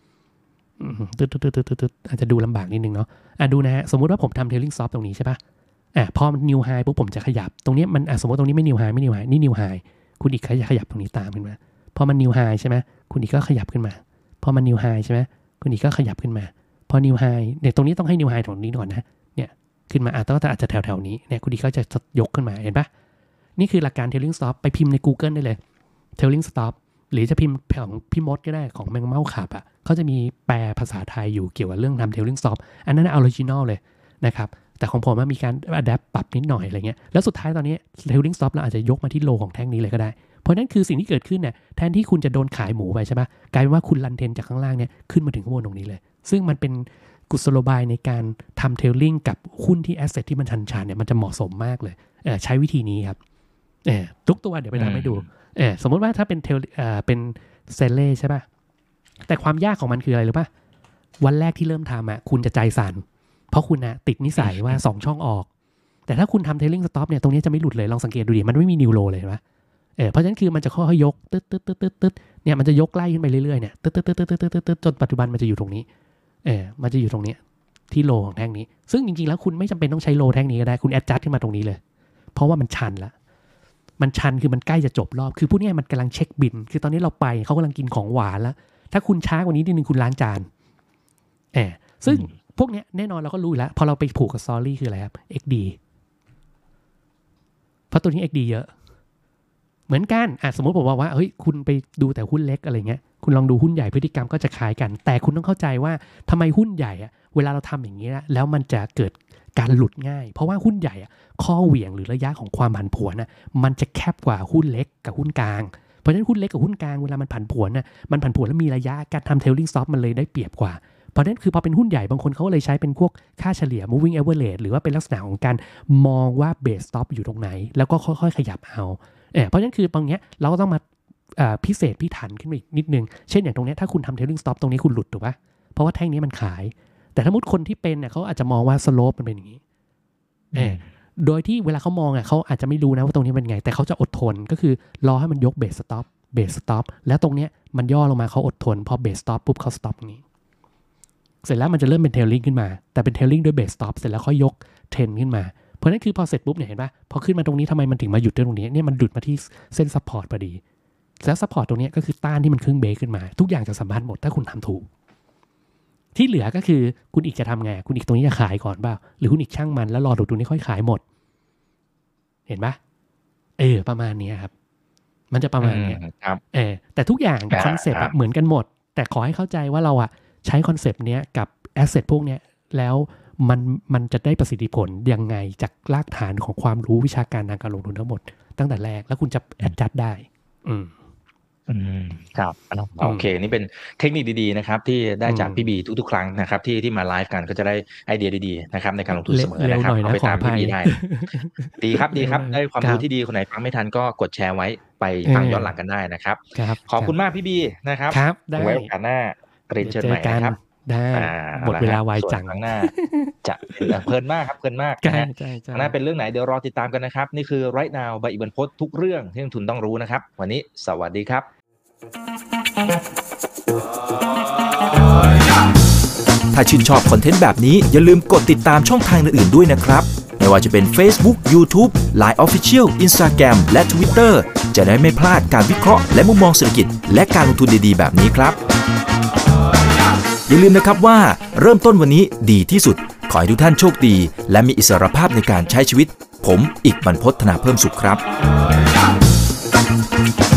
ตึ๊ดอาจจะดูลำบากนิดนึงเนาะดูนะฮะสมมุติว่าผมทำ trailing stop ตรงนี้ใช่ปะพอมัน new high ปุ๊บผมจะขยับตรงนี้มันสมมติตรงนี้ไม่ new high นี่ new high คุณอีกขยับตรงนี้ตามขึ้นมาพอมัน new high ใช่ไหมคุณอีกก็ขยับขึ้นมาพอมัน new high ใช่ไหมคุณอีกก็ขยับขึ้นมาพอ new high เนี่ยตรงนี้ต้องให้ new high ตรงนี้ก่อนนะเนี่ยขึ้นมาแต่อาจจะแถวๆนี้เนี่ยคุณอีกก็จะยกขึ้นมาเห็นปะนี่คือหลักการ trailing stop ไปพิมพ์ใน Google ได้เลย trailing stop หรือจะพิมพ์ของพี่มดก็ได้ของแมงเม่าขับเขาจะมีแปลภาษาไทยอยู่เกี่ยวกับเรื่องทำ trailing stop อันนั้นออริจินอลเลยนะครับแต่ของผมมีการ adapt ปรับนิดหน่อยอะไรเงี้ยแล้วสุดท้ายตอนนี้ trailing stop เราอาจจะยกมาที่โลของแท่งนี้เลยก็ได้เพราะนั้นคือสิ่งที่เกิดขึ้นเนี่ยแทนที่คุณจะโดนขายหมูไปใช่ปะกลายเป็นว่าคุณรันเทนจากข้างล่างเนี่ยขึ้นมาถึงข้างบนตรงนี้เลยซึ่งมันเป็นกุศโลบายในการทำ trailing กับหุ้นที่ asset ที่มันชันๆเนี่ยมันจะเหมาะสมมากเลยใช้วิธีนี้ครับทุกตัวเดี๋ยวไปทำให้ดูสมมติว่าถ้าเป็นเป็นเซเล่ใช่ป่ะแต่ความยากของมันคืออะไรรู้ป่ะวันแรกที่เริ่มทำคุณจะใจสั่นเพราะคุณติดนิสัยว่า2ช่องออกแต่ถ้าคุณทำ trailing stop เนี่ยตรงนี้จะไม่หลุดเลยลองสังเกตดูดิมันไม่มีนิวโลเลยป่ะเพราะฉะนั้นคือมันจะค่อยๆยกตึ๊ดเนี่ยมันจะยกไล่ขึ้นไปเรื่อยๆเนี่ยตึ๊ดจนปัจจุบันมันจะอยู่ตรงนี้มันจะอยู่ตรงนี้ที่โลของแท่งนี้ซึ่งจริงๆแล้วคุณไม่จำเป็นต้องใช้โลแท่งนี้ก็ได้คุณ adjust ขึ้นมาตรงนี้เลยเพราะว่ามันชันละมันชันคือมันใกล้จะจบรอบคือพูดง่ายมันกำลังเช็คบินคือตอนนี้เราไปเขากำลังกินของหวานแล้วถ้าคุณช้ากว่านี้นิดนึงคุณล้างจานซึ่งพวกเนี้ยแน่นอนเราก็รู้อยู่แล้วพอเราไปผูกกับซอรี่คืออะไรครับ XD เพราะตัวนี้ XD เยอะเหมือนกันสมมติผมบอกว่าเฮ้ยคุณไปดูแต่หุ้นเล็กอะไรเงี้ยคุณลองดูหุ้นใหญ่พฤติกรรมก็จะคล้ายกันแต่คุณต้องเข้าใจว่าทำไมหุ้นใหญ่เวลาเราทำอย่างนี้แล้วมันจะเกิดการหลุดง่ายเพราะว่าหุ้นใหญ่ข้อเหวี่ยงหรือระยะของความผันผวนมันจะแคบกว่าหุ้นเล็กกับหุ้นกลางเพราะฉะนั้นหุ้นเล็กกับหุ้นกลางเวลามันผันผวนมันผันผวนแล้วมีระยะการทำ trailing stop มันเลยได้เปรียบกว่าเพราะฉะนั้นคือพอเป็นหุ้นใหญ่บางคนเขาเลยใช้เป็นพวกค่าเฉลี่ย moving average หรือว่าเป็นลักษณะของการมองว่า base stop อยู่ตรงไหนแล้วก็ค่อยๆขยับเอาเพราะฉะนั้นคือตรงเนี้ยเราก็ต้องมาพิเศษพิถันขึ้นมาอีกนิดนึงเช่นอย่างตรงเนี้ยถ้าคุณทำ trailing stop ตรงนี้คุณหลุดถูกปะเพราะว่าแท่งนี้มันขายแต่ถ้ามุดคนที่เป็นเขาอาจจะมองว่า slope มันเป็นอย่างนี้โดยที่เวลาเขามองเขาอาจจะไม่รู้นะว่าตรงนี้เป็นไงแต่เขาจะอดทนก็คือรอให้มันยกเบสสต็อปแล้วตรงเนี้ยมันย่อลงมาเขาอดทนพอเบสสต็อปปุ๊บเขาสต็อปตรงนี้เสร็จแล้วมันจะเริ่มเป็นเทลลิ่งขึ้นมาแต่เป็นเทลลิ่งด้วยเบสสต็อปเสร็จแล้วค่อยยกเทรนขึ้นมาเพราะนั้นคือพอเสร็จปุ๊บเนี่ยเห็นป่ะพอขึ้นมาตรงนี้ทำไมมันถึงมาหยุดตรงนี้เนี่ยมันหยุดมาที่เส้นซัพพอร์ตพอดีแล้วซัพพอร์ตตรงนี้ก็คือต้านที่มันครึ่งเบรกขึ้นมาทุกอย่างจะสัมพันธ์หมดถ้าคุณทำถูกที่เหลือก็คือคุณอีกจะทำไงคุณอีกตรงนี้จะขายก่อนเปล่าหรือคุณอีกช่างมันแล้วรอดูตรงนี้ค่อยขายหมดเห็นปะประมาณนี้ครับมันจะประมาณนี้แต่ทุกอย่างคอนเซ็ปต์เหมือนกันหมดแต่ขอให้เข้าใจว่าเราใช้คอนเซปต์เนี้ยกับแอสเซทพวกเนี้ยแล้วมันจะได้ประสิทธิผลยังไงจากรากฐานของความรู้วิชาการทางการลงทุนทั้งหมดตั้งแต่แรกแล้วคุณจะแอดจัดได้ครับโอเคนี่เป็นเทคนิคดีๆนะครับที่ได้จากพี่บีทุกๆครั้งนะครับที่มาไลฟ์กันก็จะได้ไอเดียดีๆนะครับในการลงทุนเสมอนะครับเอาไปตามพี่บีได้ดีครับได้ความรู้ที่ดีคนไหนฟังไม่ทันก็กดแชร์ไว้ไปฟังย้อนหลังกันได้นะครับขอบคุณมากพี่บีนะครับไว้โอกาสหน้าเรียนเชิญใหม่นะครับได้หมดเวลาไวจังครั้งหน้าจะเพลินมากครับเพลินมากนะน่าเป็นเรื่องไหนเดี๋ยวรอติดตามกันนะครับนี่คือ Right Now ใบอิบันพจน์ทุกเรื่องที่นักทุนต้องรู้นะครับวันนี้สวัสดีครับถ้าชื่นชอบคอนเทนต์แบบนี้อย่าลืมกดติดตามช่องทางอื่นๆด้วยนะครับไม่ว่าจะเป็น Facebook, YouTube, Line Official, Instagram และ Twitter จะได้ไม่พลาดการวิเคราะห์และมุมมองเศรษฐกิจและการลงทุนดีๆแบบนี้ครับอย่าลืมนะครับว่าเริ่มต้นวันนี้ดีที่สุดขอให้ทุกท่านโชคดีและมีอิสรภาพในการใช้ชีวิตผมอิกบรรพต ธนาเพิ่มสุขครับ